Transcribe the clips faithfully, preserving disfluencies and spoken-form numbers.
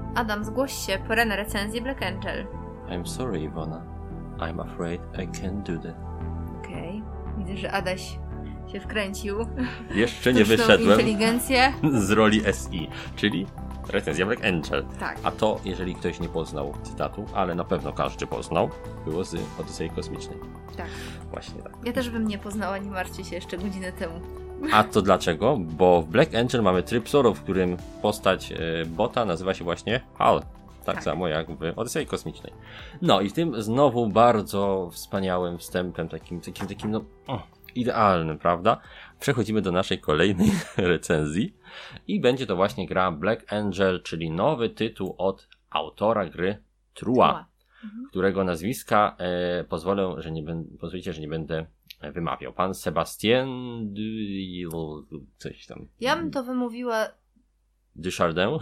Adam, zgłoś się, pora na recenzję Black Angel. I'm sorry, Iwona. I'm afraid I can't do that. Okej, okay. Widzę, że Adaś się wkręcił. Jeszcze nie wyszedłem inteligencję. z roli S I, czyli recenzja Black Angel. Tak. A to, jeżeli ktoś nie poznał cytatu, ale na pewno każdy poznał, było z Odysei Kosmicznej. Tak. Właśnie tak. Ja też bym nie poznała, nie martwcie się, jeszcze godzinę temu. A to dlaczego? Bo w Black Angel mamy tryb Zoro, w którym postać y, bota nazywa się właśnie Hal. Tak, tak samo jak w Odysei Kosmicznej. No i tym znowu bardzo wspaniałym wstępem, takim, takim, takim no, oh, idealnym, prawda? Przechodzimy do naszej kolejnej recenzji i będzie to właśnie gra Black Angel, czyli nowy tytuł od autora gry Trua, mhm. którego nazwiska e, pozwolę, że nie będę, pozwolicie, że nie będę wymawiał. Pan Sebastien coś tam. Ja bym to wymówiła Duchardin?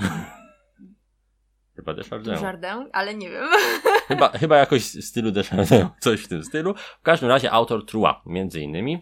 Chyba Duchardin. Duchardin, ale nie wiem. Chyba, chyba jakoś w stylu Duchardin, coś w tym stylu. W każdym razie autor Trua, między innymi.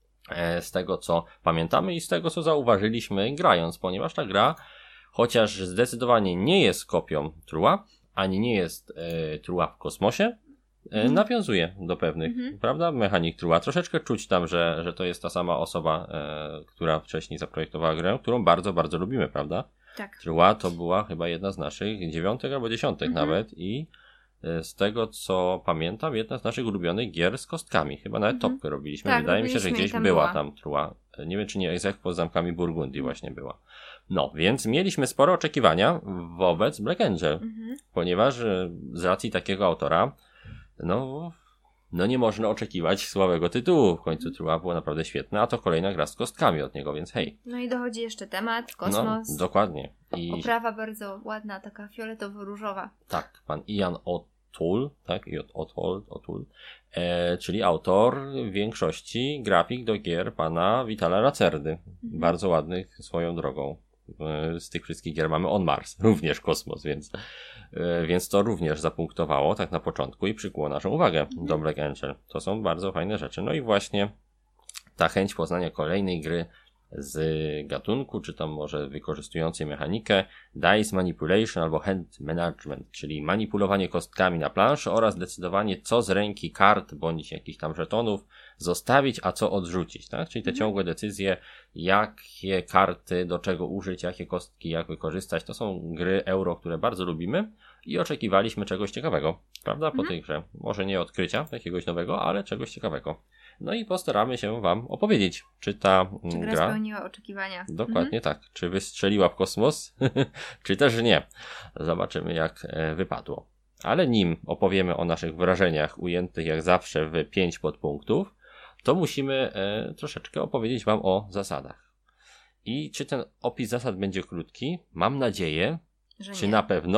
E, z tego, co pamiętamy i z tego, co zauważyliśmy grając, ponieważ ta gra, chociaż zdecydowanie nie jest kopią Trua, ani nie jest e, Trua w kosmosie, Mm. nawiązuje do pewnych, mm-hmm. prawda, mechanik Trua. Troszeczkę czuć tam, że, że to jest ta sama osoba, e, która wcześniej zaprojektowała grę, którą bardzo, bardzo lubimy, prawda? Tak. Trua to była chyba jedna z naszych dziewiątek albo dziesiątek mm-hmm. nawet i e, z tego, co pamiętam, jedna z naszych ulubionych gier z kostkami. Chyba nawet mm-hmm. topkę robiliśmy. Tak, Wydaje mi się, że gdzieś tam była była. tam Trua. Nie wiem, czy nie Egzekwo z zamkami Burgundii właśnie była. No, więc mieliśmy sporo oczekiwania wobec Black Angel, mm-hmm. ponieważ e, z racji takiego autora No, no nie można oczekiwać słabego tytułu. W końcu Trua było naprawdę świetne, a to kolejna gra z kostkami od niego, więc hej. No i dochodzi jeszcze temat, kosmos. No, dokładnie. I oprawa bardzo ładna, taka fioletowo-różowa. Tak, pan Ian O'Toole, tak, Ian O'Toole, O'Toole e, czyli autor większości grafik do gier pana Vitala Lacerdy. Mhm. Bardzo ładnych swoją drogą. Z tych wszystkich gier mamy On Mars, również kosmos, więc, więc to również zapunktowało tak na początku i przykuło naszą uwagę mm. do Black Angel. To są bardzo fajne rzeczy. No i właśnie ta chęć poznania kolejnej gry z gatunku, czy tam może wykorzystującej mechanikę Dice Manipulation albo Hand Management, czyli manipulowanie kostkami na planszy oraz decydowanie, co z ręki kart bądź jakichś tam żetonów zostawić, a co odrzucić, tak? Czyli te mhm. ciągłe decyzje, jakie karty, do czego użyć, jakie kostki, jak wykorzystać. To są gry euro, które bardzo lubimy i oczekiwaliśmy czegoś ciekawego, prawda? Po mhm. tej grze. Może nie odkrycia jakiegoś nowego, ale czegoś ciekawego. No i postaramy się wam opowiedzieć, czy ta czy gra, gra spełniła oczekiwania. Dokładnie mhm. tak. Czy wystrzeliła w kosmos, czy też nie. Zobaczymy, jak e, wypadło. Ale nim opowiemy o naszych wrażeniach ujętych jak zawsze w pięć podpunktów, to musimy e, troszeczkę opowiedzieć wam o zasadach. I czy ten opis zasad będzie krótki? Mam nadzieję. Że czy nie. na pewno?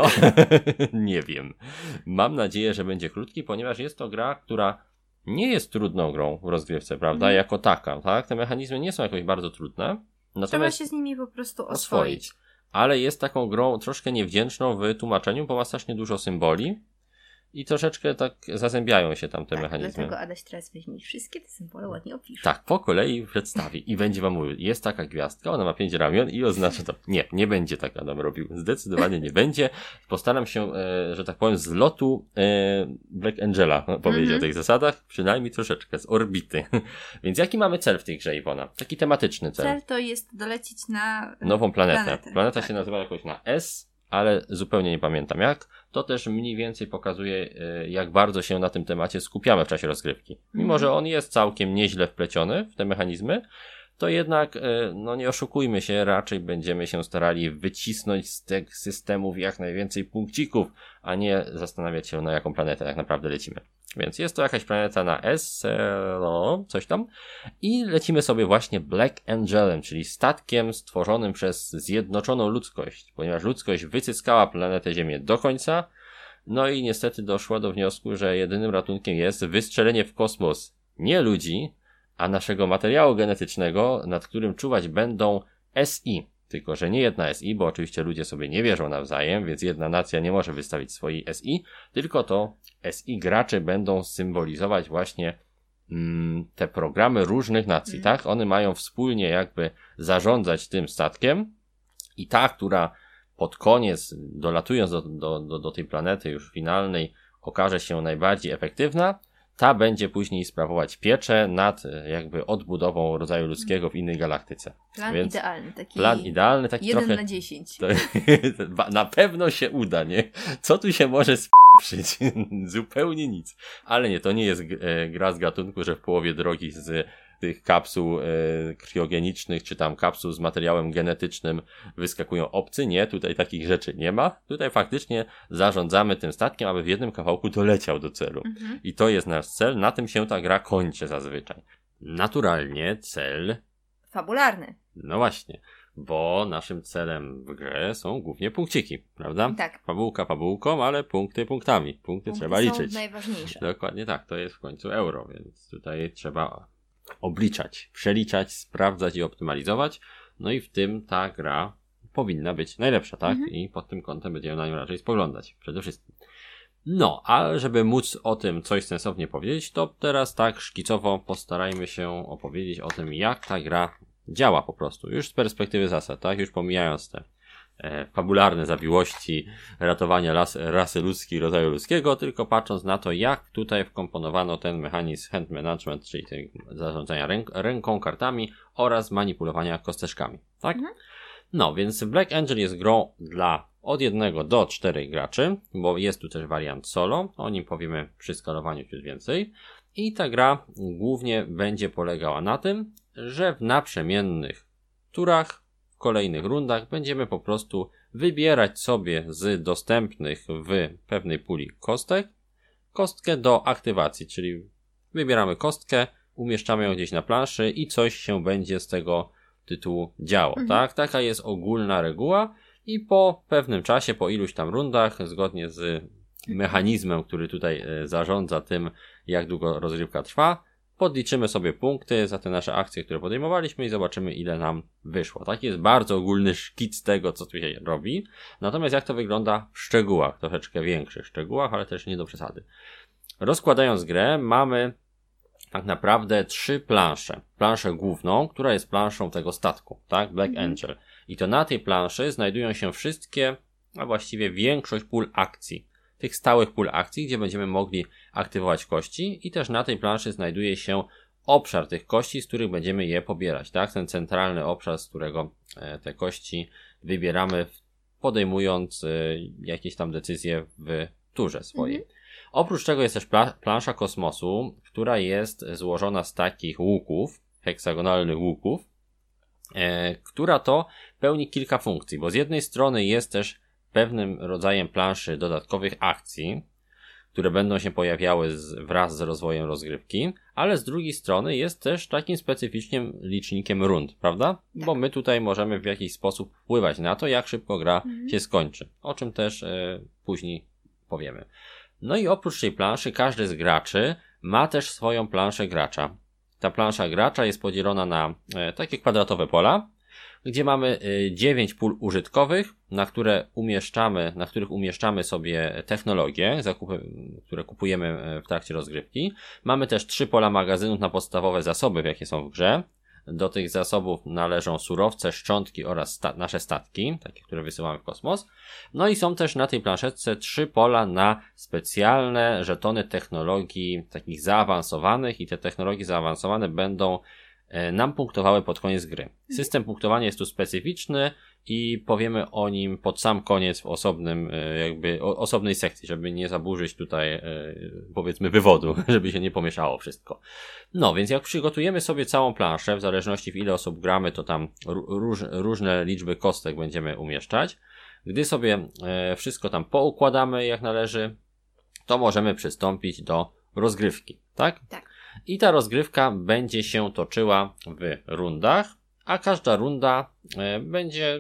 Nie wiem. Mam nadzieję, że będzie krótki, ponieważ jest to gra, która nie jest trudną grą w rozgrywce, prawda? Mm. Jako taka, tak? Te mechanizmy nie są jakoś bardzo trudne. Natomiast trzeba się z nimi po prostu oswoić. oswoić. Ale jest taką grą troszkę niewdzięczną w tłumaczeniu, bo ma strasznie dużo symboli i troszeczkę tak zazębiają się tam te tak, mechanizmy. Dlatego Adaś teraz weźmie wszystkie te symbole ładnie opisze. Tak, po kolei przedstawi i będzie wam mówił, jest taka gwiazdka, ona ma pięć ramion i oznacza to. Nie, nie będzie tak Adam robił. Zdecydowanie nie będzie. Postaram się, e, że tak powiem, z lotu e, Black Angela powiedzieć mm-hmm. o tych zasadach, przynajmniej troszeczkę, z orbity. Więc jaki mamy cel w tej grze, Iwona? Taki tematyczny cel. Cel to jest dolecieć na nową planetę. planetę. Planeta tak. się nazywa jakoś na S, ale zupełnie nie pamiętam jak. To też mniej więcej pokazuje, jak bardzo się na tym temacie skupiamy w czasie rozgrywki. Mimo, mm. że on jest całkiem nieźle wpleciony w te mechanizmy, to jednak, no nie oszukujmy się, raczej będziemy się starali wycisnąć z tych systemów jak najwięcej punkcików, a nie zastanawiać się, na jaką planetę tak naprawdę lecimy. Więc jest to jakaś planeta na S, no, coś tam. I lecimy sobie właśnie Black Angelem, czyli statkiem stworzonym przez zjednoczoną ludzkość, ponieważ ludzkość wycyskała planetę Ziemię do końca, no i niestety doszła do wniosku, że jedynym ratunkiem jest wystrzelenie w kosmos nie ludzi, a naszego materiału genetycznego, nad którym czuwać będą S I. Tylko że nie jedna S I, bo oczywiście ludzie sobie nie wierzą nawzajem, więc jedna nacja nie może wystawić swojej S I, tylko to S I gracze będą symbolizować właśnie mm, te programy różnych nacji, mm. tak? One mają wspólnie jakby zarządzać tym statkiem i ta, która pod koniec, dolatując do, do, do, do tej planety już finalnej, okaże się najbardziej efektywna, ta będzie później sprawować pieczę nad jakby odbudową rodzaju ludzkiego w innej galaktyce. Plan Więc idealny. Taki plan idealny, taki jeden trochę... na dziesięć. To, na pewno się uda, nie? Co tu się może sp***przyć? Zupełnie nic. Ale nie, to nie jest e, gra z gatunku, że w połowie drogi z tych kapsuł e, kriogenicznych, czy tam kapsuł z materiałem genetycznym wyskakują obcy. Nie, tutaj takich rzeczy nie ma. Tutaj faktycznie zarządzamy tym statkiem, aby w jednym kawałku doleciał do celu. Mhm. I to jest nasz cel. Na tym się ta gra kończy zazwyczaj. Naturalnie cel... Fabularny. No właśnie, bo naszym celem w grze są głównie punkciki, prawda? Tak. Fabułka fabułką, ale punkty punktami. Punkty, Punkty trzeba są liczyć. najważniejsze. Dokładnie tak, to jest w końcu euro, więc tutaj trzeba obliczać, przeliczać, sprawdzać i optymalizować. No i w tym ta gra powinna być najlepsza, tak? Mhm. I pod tym kątem będziemy na nią raczej spoglądać, przede wszystkim. No, a żeby móc o tym coś sensownie powiedzieć, to teraz tak szkicowo postarajmy się opowiedzieć o tym, jak ta gra działa po prostu. Już z perspektywy zasad, tak? Już pomijając te e, fabularne zawiłości ratowania las, rasy ludzkiej, rodzaju ludzkiego, tylko patrząc na to, jak tutaj wkomponowano ten mechanizm hand management, czyli tej zarządzania ręk, ręką, kartami oraz manipulowania kosteczkami, tak? Mhm. No, więc Black Angel jest grą dla od jednego do czterech graczy, bo jest tu też wariant solo, o nim powiemy przy skalowaniu ciut więcej. I ta gra głównie będzie polegała na tym, że w naprzemiennych turach, w kolejnych rundach będziemy po prostu wybierać sobie z dostępnych w pewnej puli kostek, kostkę do aktywacji, czyli wybieramy kostkę, umieszczamy ją gdzieś na planszy i coś się będzie z tego tytułu działo, Mhm. tak? Taka jest ogólna reguła i po pewnym czasie, po iluś tam rundach, zgodnie z mechanizmem, który tutaj e, zarządza tym, jak długo rozgrywka trwa, podliczymy sobie punkty za te nasze akcje, które podejmowaliśmy i zobaczymy, ile nam wyszło. Taki jest bardzo ogólny szkic tego, co tu się robi. Natomiast jak to wygląda w szczegółach, troszeczkę większych szczegółach, ale też nie do przesady. Rozkładając grę, mamy tak naprawdę trzy plansze. Planszę główną, która jest planszą tego statku, tak? Black Mhm. Angel. I to na tej planszy znajdują się wszystkie, a właściwie większość pól akcji. Tych stałych pól akcji, gdzie będziemy mogli aktywować kości i też na tej planszy znajduje się obszar tych kości, z których będziemy je pobierać, tak? Ten centralny obszar, z którego e, te kości wybieramy, podejmując e, jakieś tam decyzje w turze swojej. Mhm. Oprócz tego jest też pla- plansza kosmosu, która jest złożona z takich łuków, heksagonalnych łuków, e, która to pełni kilka funkcji, bo z jednej strony jest też pewnym rodzajem planszy dodatkowych akcji, które będą się pojawiały z, wraz z rozwojem rozgrywki, ale z drugiej strony jest też takim specyficznym licznikiem rund, prawda? Tak. Bo my tutaj możemy w jakiś sposób wpływać na to, jak szybko gra Mhm. się skończy, o czym też e, później powiemy. No i oprócz tej planszy każdy z graczy ma też swoją planszę gracza. Ta plansza gracza jest podzielona na e, takie kwadratowe pola, gdzie mamy dziewięć pól użytkowych, na które umieszczamy, na których umieszczamy sobie technologie, zakupy, które kupujemy w trakcie rozgrywki. Mamy też trzy pola magazynów na podstawowe zasoby, jakie są w grze. Do tych zasobów należą surowce, szczątki oraz sta- nasze statki, takie, które wysyłamy w kosmos. No i są też na tej planszetce trzy pola na specjalne żetony technologii takich zaawansowanych i te technologie zaawansowane będą nam punktowały pod koniec gry. System punktowania jest tu specyficzny i powiemy o nim pod sam koniec w osobnym, jakby osobnej sekcji, żeby nie zaburzyć tutaj powiedzmy wywodu, żeby się nie pomieszało wszystko. No, więc jak przygotujemy sobie całą planszę, w zależności w ile osób gramy, to tam róż, różne liczby kostek będziemy umieszczać. Gdy sobie wszystko tam poukładamy jak należy, to możemy przystąpić do rozgrywki, tak? Tak. I ta rozgrywka będzie się toczyła w rundach, a każda runda e, będzie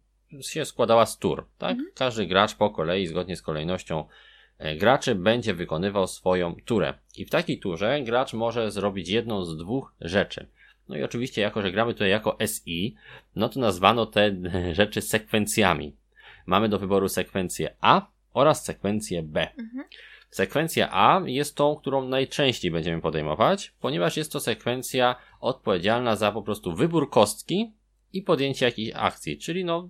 się składała z tur, tak? Mhm. Każdy gracz po kolei, zgodnie z kolejnością e, graczy, będzie wykonywał swoją turę. I w takiej turze gracz może zrobić jedną z dwóch rzeczy. No i oczywiście, jako że gramy tutaj jako S I, no to nazwano te rzeczy sekwencjami. Mamy do wyboru sekwencję A oraz sekwencję B. Mhm. Sekwencja A jest tą, którą najczęściej będziemy podejmować, ponieważ jest to sekwencja odpowiedzialna za po prostu wybór kostki i podjęcie jakiejś akcji, czyli no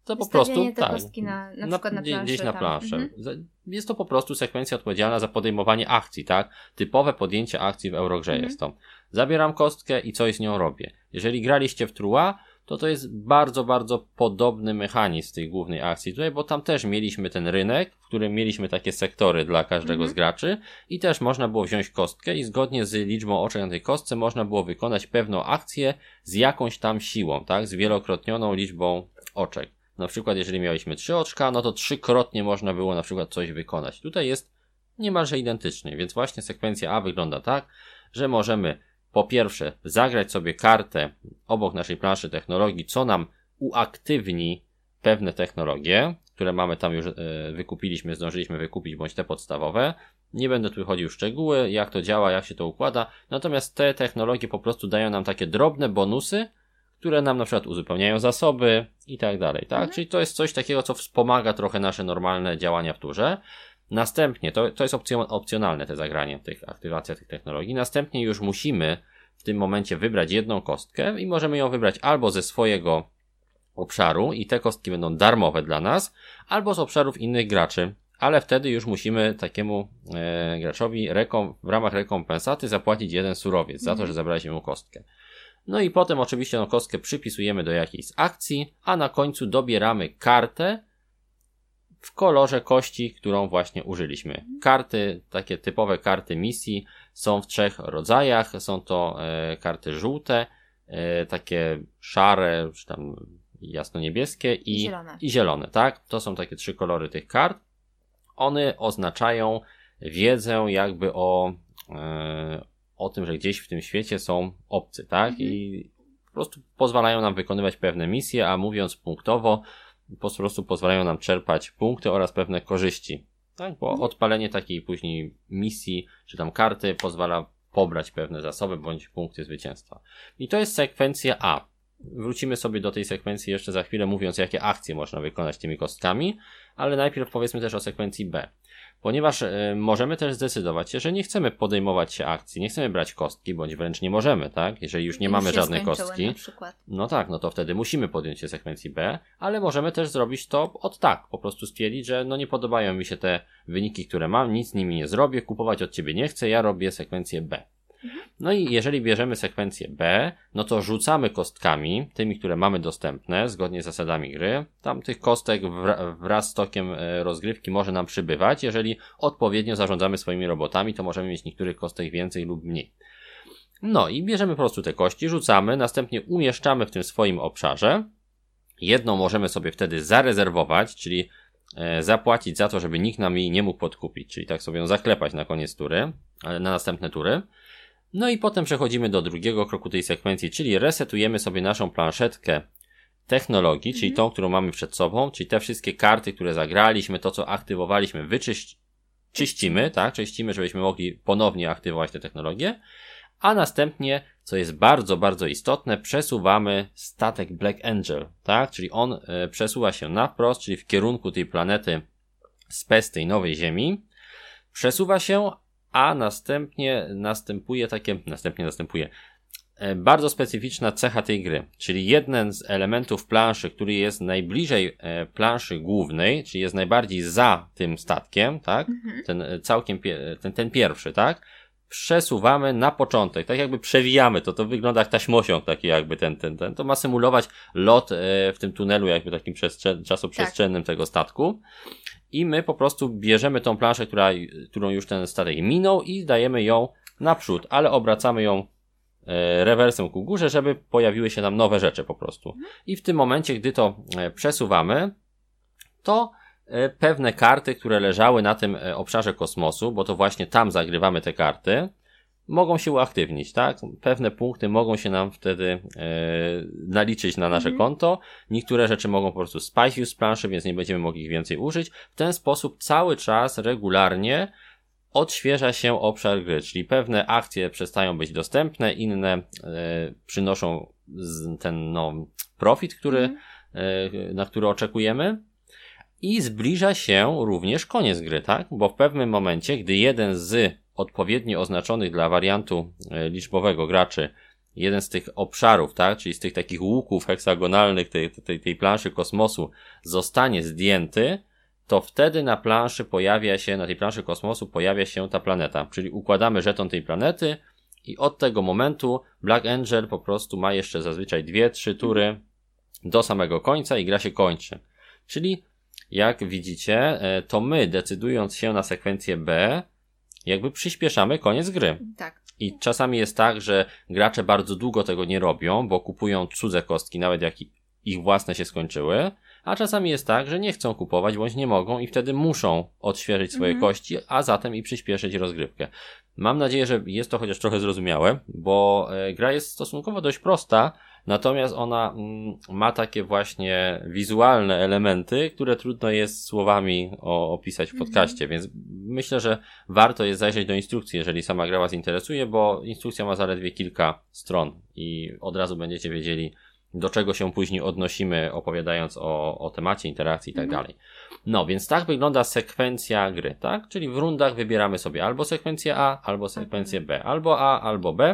to po prostu te tak, kostki na, na przykład na planszę. Gdzieś na tam. planszę. Mhm. Jest to po prostu sekwencja odpowiedzialna za podejmowanie akcji, tak? Typowe podjęcie akcji w Eurogrze Mhm. jest to. Zabieram kostkę i coś z nią robię. Jeżeli graliście w Trua, to to jest bardzo, bardzo podobny mechanizm tej głównej akcji tutaj, bo tam też mieliśmy ten rynek, w którym mieliśmy takie sektory dla każdego Mhm. z graczy i też można było wziąć kostkę i zgodnie z liczbą oczek na tej kostce można było wykonać pewną akcję z jakąś tam siłą, tak? Z wielokrotnioną liczbą oczek. Na przykład jeżeli mieliśmy trzy oczka, no to trzykrotnie można było na przykład coś wykonać. Tutaj jest niemalże identycznie, więc właśnie sekwencja A wygląda tak, że możemy po pierwsze zagrać sobie kartę obok naszej planszy technologii, co nam uaktywni pewne technologie, które mamy tam już e, wykupiliśmy, zdążyliśmy wykupić, bądź te podstawowe. Nie będę tu wchodził w szczegóły, jak to działa, jak się to układa, natomiast te technologie po prostu dają nam takie drobne bonusy, które nam na przykład uzupełniają zasoby i tak dalej, tak? Mhm. Czyli to jest coś takiego, co wspomaga trochę nasze normalne działania w turze. Następnie, to, to jest opcjon- opcjonalne te zagranie, tych, aktywacja tych technologii. Następnie już musimy w tym momencie wybrać jedną kostkę i możemy ją wybrać albo ze swojego obszaru i te kostki będą darmowe dla nas, albo z obszarów innych graczy, ale wtedy już musimy takiemu e, graczowi rekom- w ramach rekompensaty zapłacić jeden surowiec za to, że zabraliśmy mu kostkę. No i potem oczywiście tą kostkę przypisujemy do jakiejś z akcji, a na końcu dobieramy kartę w kolorze kości, którą właśnie użyliśmy. Karty, takie typowe karty misji są w trzech rodzajach. Są to e, karty żółte, e, takie szare, czy tam jasno-niebieskie i, I zielone. i zielone, tak? To są takie trzy kolory tych kart. One oznaczają wiedzę jakby o, e, o tym, że gdzieś w tym świecie są obcy, tak? Mhm. I po prostu pozwalają nam wykonywać pewne misje, a mówiąc punktowo, po prostu pozwalają nam czerpać punkty oraz pewne korzyści, tak? Bo odpalenie takiej później misji, czy tam karty pozwala pobrać pewne zasoby bądź punkty zwycięstwa. I to jest sekwencja A. Wrócimy sobie do tej sekwencji jeszcze za chwilę, mówiąc, jakie akcje można wykonać tymi kostkami, ale najpierw powiedzmy też o sekwencji B. Ponieważ y, możemy też zdecydować się, że nie chcemy podejmować się akcji, nie chcemy brać kostki, bądź wręcz nie możemy, tak? Jeżeli już nie Już mamy się żadnej skończyły kostki, na przykład. no tak, no to wtedy musimy podjąć się sekwencji B, ale możemy też zrobić to od tak, po prostu stwierdzić, że no nie podobają mi się te wyniki, które mam, nic z nimi nie zrobię, kupować od ciebie nie chcę, ja robię sekwencję B. No i jeżeli bierzemy sekwencję B, no to rzucamy kostkami, tymi, które mamy dostępne, zgodnie z zasadami gry. Tam tych kostek wra- wraz z tokiem e, rozgrywki może nam przybywać. Jeżeli odpowiednio zarządzamy swoimi robotami, to możemy mieć niektórych kostek więcej lub mniej. No i bierzemy po prostu te kości, rzucamy, następnie umieszczamy w tym swoim obszarze. Jedną możemy sobie wtedy zarezerwować, czyli e, zapłacić za to, żeby nikt nam jej nie mógł podkupić, czyli tak sobie ją zaklepać na koniec tury, ale na następne tury. No i potem przechodzimy do drugiego kroku tej sekwencji, czyli resetujemy sobie naszą planszetkę technologii, czyli tą, którą mamy przed sobą, czyli te wszystkie karty, które zagraliśmy, to co aktywowaliśmy, wyczyścimy, tak, czyścimy, żebyśmy mogli ponownie aktywować te technologie, a następnie, co jest bardzo, bardzo istotne, przesuwamy statek Black Angel, tak, czyli on e, przesuwa się na wprost, czyli w kierunku tej planety Spes, tej nowej Ziemi, przesuwa się, a następnie następuje takie, następnie następuje e, bardzo specyficzna cecha tej gry, czyli jeden z elementów planszy, który jest najbliżej e, planszy głównej, czyli jest najbardziej za tym statkiem, tak, Mhm. ten e, całkiem, pie, ten, ten pierwszy, tak, przesuwamy na początek, tak jakby przewijamy to, to wygląda jak taśmosiąg taki jakby ten, ten, ten, to ma symulować lot e, w tym tunelu jakby takim przestrze- czasoprzestrzennym tego statku. I my po prostu bierzemy tą planszę, która, którą już ten statek minął i dajemy ją naprzód, ale obracamy ją e, rewersem ku górze, żeby pojawiły się nam nowe rzeczy po prostu. I w tym momencie, gdy to e, przesuwamy, to e, pewne karty, które leżały na tym e, obszarze kosmosu, bo to właśnie tam zagrywamy te karty, mogą się uaktywnić, tak? Pewne punkty mogą się nam wtedy e, naliczyć na nasze Mhm. konto. Niektóre rzeczy mogą po prostu spaść już z planszy, więc nie będziemy mogli ich więcej użyć. W ten sposób cały czas regularnie odświeża się obszar gry, czyli pewne akcje przestają być dostępne, inne e, przynoszą z, ten no, profit, który, Mhm. e, na który oczekujemy. I zbliża się również koniec gry, tak? Bo w pewnym momencie, gdy jeden z odpowiednio oznaczonych dla wariantu e, liczbowego graczy jeden z tych obszarów, tak, czyli z tych takich łuków heksagonalnych tej, tej, tej planszy kosmosu zostanie zdjęty, to wtedy na planszy pojawia się, na tej planszy kosmosu pojawia się ta planeta, czyli układamy żeton tej planety i od tego momentu Black Angel po prostu ma jeszcze zazwyczaj dwie, trzy tury do samego końca i gra się kończy. Czyli jak widzicie, to my decydując się na sekwencję B, jakby przyspieszamy koniec gry. Tak. I czasami jest tak, że gracze bardzo długo tego nie robią, bo kupują cudze kostki, nawet jak ich własne się skończyły, a czasami jest tak, że nie chcą kupować, bądź nie mogą i wtedy muszą odświeżyć swoje mhm. kości, a zatem i przyspieszyć rozgrywkę. Mam nadzieję, że jest to chociaż trochę zrozumiałe, bo e, gra jest stosunkowo dość prosta, natomiast ona mm, ma takie właśnie wizualne elementy, które trudno jest słowami o, opisać w podcaście, mhm. więc myślę, że warto jest zajrzeć do instrukcji, jeżeli sama gra was interesuje, bo instrukcja ma zaledwie kilka stron i od razu będziecie wiedzieli, do czego się później odnosimy, opowiadając o, o temacie interakcji i tak dalej. No, więc tak wygląda sekwencja gry, tak? Czyli w rundach wybieramy sobie albo sekwencję A, albo sekwencję B, albo A, albo B,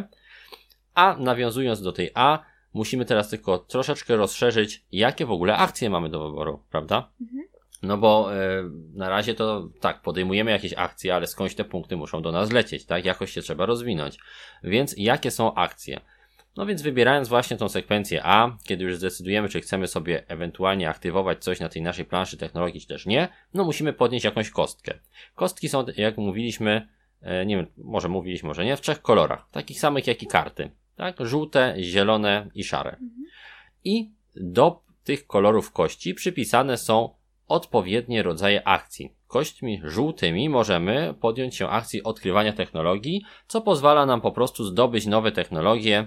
a nawiązując do tej A, musimy teraz tylko troszeczkę rozszerzyć, jakie w ogóle akcje mamy do wyboru, prawda? No bo y, na razie to tak, podejmujemy jakieś akcje, ale skądś te punkty muszą do nas lecieć, tak? Jakoś się trzeba rozwinąć. Więc jakie są akcje? No więc wybierając właśnie tą sekwencję A, kiedy już zdecydujemy, czy chcemy sobie ewentualnie aktywować coś na tej naszej planszy technologii, czy też nie, no musimy podnieść jakąś kostkę. Kostki są, jak mówiliśmy, nie wiem, może mówiliśmy, może nie, w trzech kolorach, takich samych jak i karty, tak? Żółte, zielone i szare. Mhm. I do tych kolorów kości przypisane są odpowiednie rodzaje akcji. Kośćmi żółtymi możemy podjąć się akcji odkrywania technologii, co pozwala nam po prostu zdobyć nowe technologie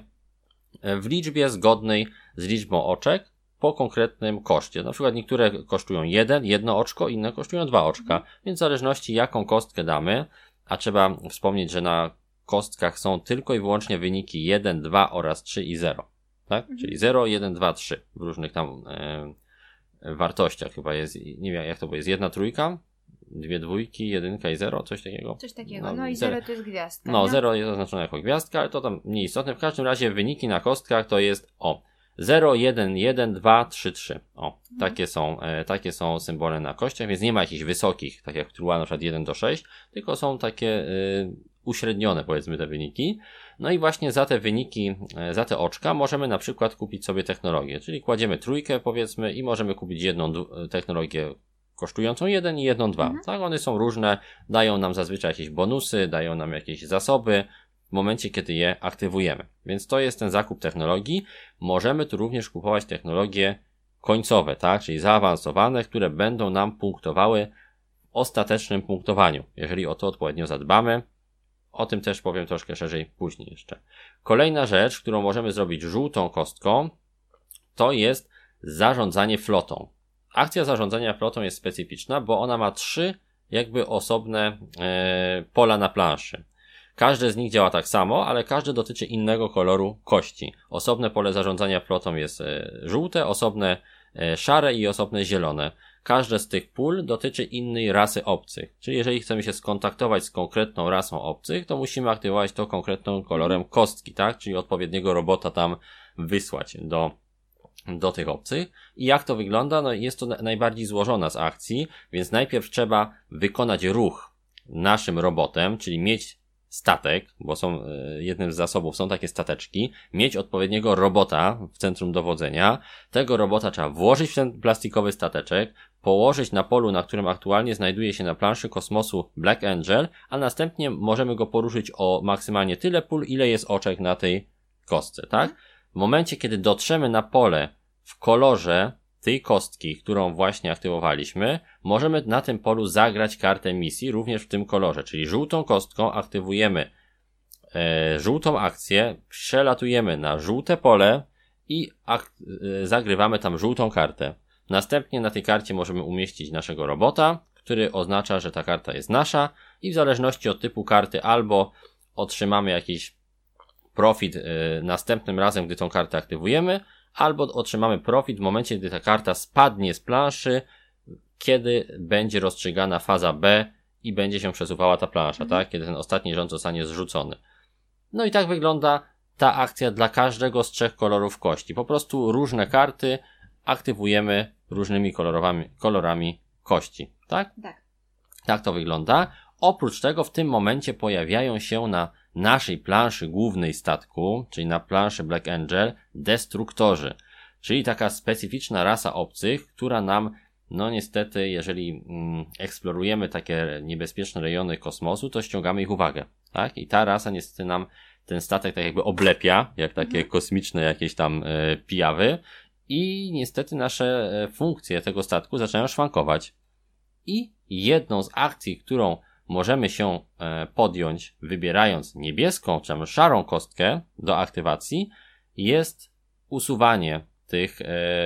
w liczbie zgodnej z liczbą oczek po konkretnym koszcie. Na przykład niektóre kosztują jeden, jedno oczko, inne kosztują dwa oczka, więc w zależności jaką kostkę damy, a trzeba wspomnieć, że na kostkach są tylko i wyłącznie wyniki jeden, dwa oraz trzy i zero. Tak? Mhm. Czyli zero, jeden, dwa, trzy w różnych tam e, wartościach chyba jest, nie wiem jak to było, jest jedna trójka, dwie dwójki, jedynka i zero, coś takiego. Coś takiego, no, no i zero to jest gwiazdka. No, nie? zero jest oznaczone jako gwiazdka, ale to tam nieistotne. W każdym razie wyniki na kostkach to jest o zero, jeden, jeden, dwa, trzy, trzy. O, mhm. takie są, e, takie są symbole na kościach, więc nie ma jakichś wysokich, tak jak w Trua na przykład jeden do sześciu, tylko są takie e, uśrednione powiedzmy te wyniki. No i właśnie za te wyniki, e, za te oczka możemy na przykład kupić sobie technologię, czyli kładziemy trójkę powiedzmy i możemy kupić jedną d- technologię kosztującą jeden i jedną dwa. Mhm. Tak, one są różne, dają nam zazwyczaj jakieś bonusy, dają nam jakieś zasoby w momencie, kiedy je aktywujemy. Więc to jest ten zakup technologii. Możemy tu również kupować technologie końcowe, tak, czyli zaawansowane, które będą nam punktowały w ostatecznym punktowaniu, jeżeli o to odpowiednio zadbamy. O tym też powiem troszkę szerzej później jeszcze. Kolejna rzecz, którą możemy zrobić żółtą kostką, to jest zarządzanie flotą. Akcja zarządzania flotą jest specyficzna, bo ona ma trzy jakby osobne e, pola na planszy. Każde z nich działa tak samo, ale każde dotyczy innego koloru kości. Osobne pole zarządzania flotą jest e, żółte, osobne e, szare i osobne zielone. Każde z tych pól dotyczy innej rasy obcych. Czyli jeżeli chcemy się skontaktować z konkretną rasą obcych, to musimy aktywować to konkretnym kolorem kostki, tak? Czyli odpowiedniego robota tam wysłać do do tych obcych. I jak to wygląda? No jest to najbardziej złożona z akcji, więc najpierw trzeba wykonać ruch naszym robotem, czyli mieć statek, bo są jednym z zasobów są takie stateczki, mieć odpowiedniego robota w centrum dowodzenia. Tego robota trzeba włożyć w ten plastikowy stateczek, położyć na polu, na którym aktualnie znajduje się na planszy kosmosu Black Angel, a następnie możemy go poruszyć o maksymalnie tyle pól, ile jest oczek na tej kostce, tak? W momencie, kiedy dotrzemy na pole w kolorze tej kostki, którą właśnie aktywowaliśmy, możemy na tym polu zagrać kartę misji również w tym kolorze, czyli żółtą kostką aktywujemy e, żółtą akcję, przelatujemy na żółte pole i ak- e, zagrywamy tam żółtą kartę. Następnie na tej karcie możemy umieścić naszego robota, który oznacza, że ta karta jest nasza i w zależności od typu karty albo otrzymamy jakiś profit y, następnym razem, gdy tą kartę aktywujemy, albo otrzymamy profit w momencie, gdy ta karta spadnie z planszy, kiedy będzie rozstrzygana faza B i będzie się przesuwała ta plansza, mhm. tak? Kiedy ten ostatni rząd zostanie zrzucony. No i tak wygląda ta akcja dla każdego z trzech kolorów kości. Po prostu różne karty aktywujemy różnymi kolorowami, kolorami kości, tak? Tak. Tak to wygląda. Oprócz tego w tym momencie pojawiają się na naszej planszy głównej statku, czyli na planszy Black Angel, destruktorzy, czyli taka specyficzna rasa obcych, która nam, no niestety, jeżeli mm, eksplorujemy takie niebezpieczne rejony kosmosu, to ściągamy ich uwagę, tak? I ta rasa niestety nam ten statek tak jakby oblepia, jak takie mhm. kosmiczne jakieś tam e, pijawy i niestety nasze e, funkcje tego statku zaczynają szwankować. I jedną z akcji, którą możemy się e, podjąć, wybierając niebieską czy szarą kostkę do aktywacji, jest usuwanie tych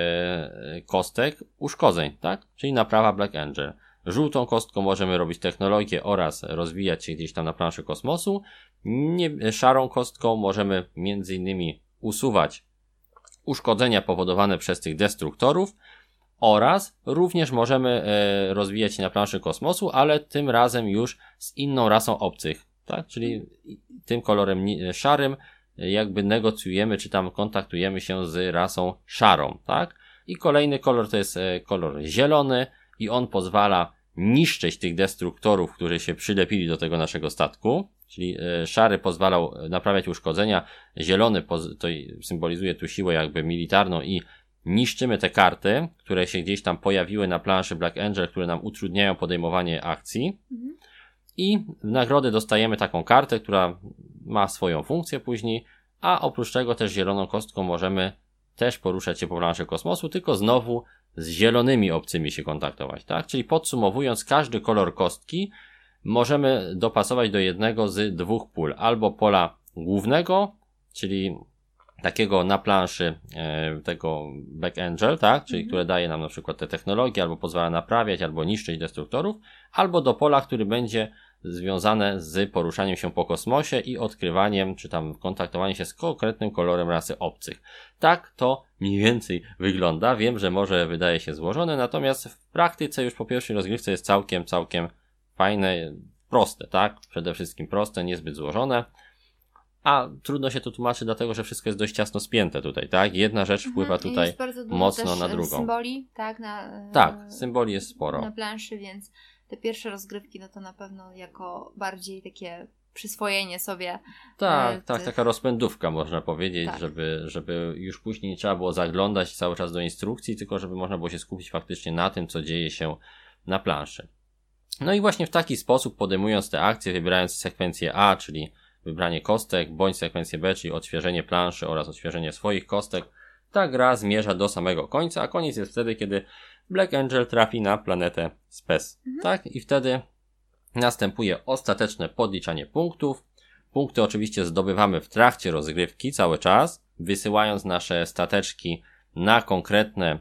e, kostek uszkodzeń, tak? Czyli naprawa Black Angel. Żółtą kostką możemy robić technologię oraz rozwijać się gdzieś tam na planszy kosmosu. Nie, szarą kostką możemy między innymi usuwać uszkodzenia powodowane przez tych destruktorów oraz również możemy e, rozwijać się na planszy kosmosu, ale tym razem już z inną rasą obcych, tak? Czyli tym kolorem szarym jakby negocjujemy, czy tam kontaktujemy się z rasą szarą, tak? I kolejny kolor to jest e, kolor zielony i on pozwala niszczyć tych destruktorów, którzy się przylepili do tego naszego statku. Czyli e, szary pozwalał naprawiać uszkodzenia, zielony poz- to symbolizuje tu siłę jakby militarną i niszczymy te karty, które się gdzieś tam pojawiły na planszy Black Angel, które nam utrudniają podejmowanie akcji. Mhm. I w nagrodę dostajemy taką kartę, która ma swoją funkcję później, a oprócz tego też zieloną kostką możemy też poruszać się po planszy kosmosu, tylko znowu z zielonymi obcymi się kontaktować, tak? Czyli podsumowując, każdy kolor kostki możemy dopasować do jednego z dwóch pól. Albo pola głównego, czyli takiego na planszy e, tego Black Angel, tak? Czyli mm-hmm. które daje nam na przykład te technologie, albo pozwala naprawiać, albo niszczyć destruktorów, albo do pola, który będzie związane z poruszaniem się po kosmosie i odkrywaniem, czy tam kontaktowaniem się z konkretnym kolorem rasy obcych. Tak to mniej więcej wygląda. Wiem, że może wydaje się złożone, natomiast w praktyce już po pierwszej rozgrywce jest całkiem, całkiem fajne, proste, tak? Przede wszystkim proste, niezbyt złożone. A trudno się to tłumaczy, dlatego że wszystko jest dość ciasno spięte tutaj, tak? Jedna rzecz wpływa mhm, tutaj jest bardzo dużo mocno też na drugą. Symboli, tak? Na, tak, symboli jest sporo. Na planszy, więc te pierwsze rozgrywki, no to na pewno jako bardziej takie przyswojenie sobie. Tak, e, tak, tych... taka rozpędówka można powiedzieć, tak. żeby, żeby już później nie trzeba było zaglądać cały czas do instrukcji, tylko żeby można było się skupić faktycznie na tym, co dzieje się na planszy. No i właśnie w taki sposób, podejmując te akcje, wybierając sekwencję A, czyli wybranie kostek, bądź sekwencję B, czyli odświeżenie planszy oraz odświeżenie swoich kostek, ta gra zmierza do samego końca, a koniec jest wtedy, kiedy Black Angel trafi na planetę Spes. Mhm. Tak? I wtedy następuje ostateczne podliczanie punktów. Punkty oczywiście zdobywamy w trakcie rozgrywki cały czas, wysyłając nasze stateczki na konkretne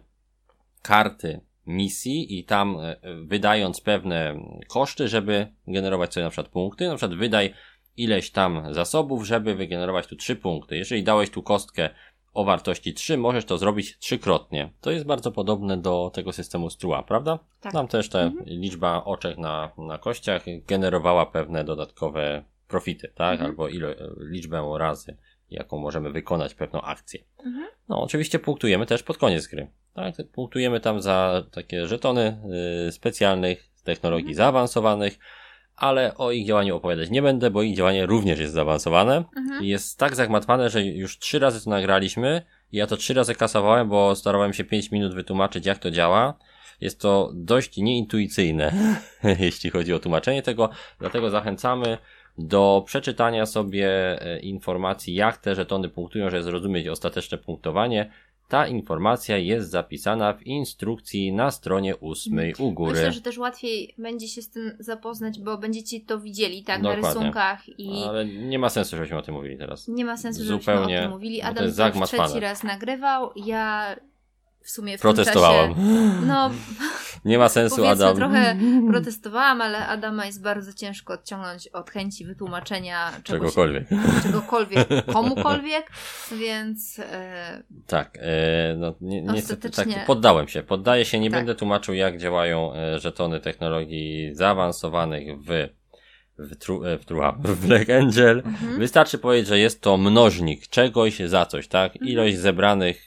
karty misji i tam wydając pewne koszty, żeby generować sobie na przykład punkty. Na przykład wydaj ileś tam zasobów, żeby wygenerować tu trzy punkty. Jeżeli dałeś tu kostkę o wartości trzy, możesz to zrobić trzykrotnie. To jest bardzo podobne do tego systemu Strua, prawda? Tak. Tam też ta mhm. liczba oczek na, na kościach generowała pewne dodatkowe profity, tak? Mhm. Albo ilo, liczbę razy, jaką możemy wykonać pewną akcję. Mhm. No, oczywiście punktujemy też pod koniec gry. Tak? Punktujemy tam za takie żetony y, specjalnych technologii mhm. zaawansowanych, ale o ich działaniu opowiadać nie będę, bo ich działanie również jest zaawansowane mhm. i jest tak zagmatwane, że już trzy razy to nagraliśmy i ja to trzy razy kasowałem, bo starałem się pięć minut wytłumaczyć, jak to działa. Jest to dość nieintuicyjne, jeśli chodzi o tłumaczenie tego, dlatego zachęcamy do przeczytania sobie informacji, jak te żetony punktują, żeby zrozumieć ostateczne punktowanie. Ta informacja jest zapisana w instrukcji na stronie ósmej u góry. Myślę, że też łatwiej będzie się z tym zapoznać, bo będziecie to widzieli, tak, Dokładnie. na rysunkach. I ale nie ma sensu, żebyśmy o tym mówili teraz. Nie ma sensu, żebyśmy Zupełnie, o tym mówili. Adam to, to trzeci raz nagrywał, ja w sumie w Protestowałem. tym czasie... No, nie ma sensu, Adam. trochę protestowałam, ale Adama jest bardzo ciężko odciągnąć od chęci wytłumaczenia czegoś, czegokolwiek. czegokolwiek, komukolwiek, więc... E, tak, e, no ni- niestety ostatecznie... tak, poddałem się. Poddaję się, nie tak. będę tłumaczył, jak działają e, żetony technologii zaawansowanych w w, tru, w, trua, w Black Angel. Mhm. Wystarczy powiedzieć, że jest to mnożnik czegoś za coś, tak? Mhm. Ilość zebranych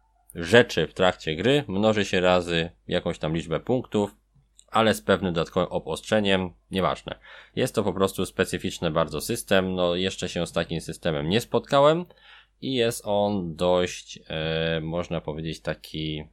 rzeczy w trakcie gry mnoży się razy jakąś tam liczbę punktów, ale z pewnym dodatkowym obostrzeniem, nieważne. Jest to po prostu specyficzny bardzo system, no jeszcze się z takim systemem nie spotkałem i jest on dość, e, można powiedzieć, taki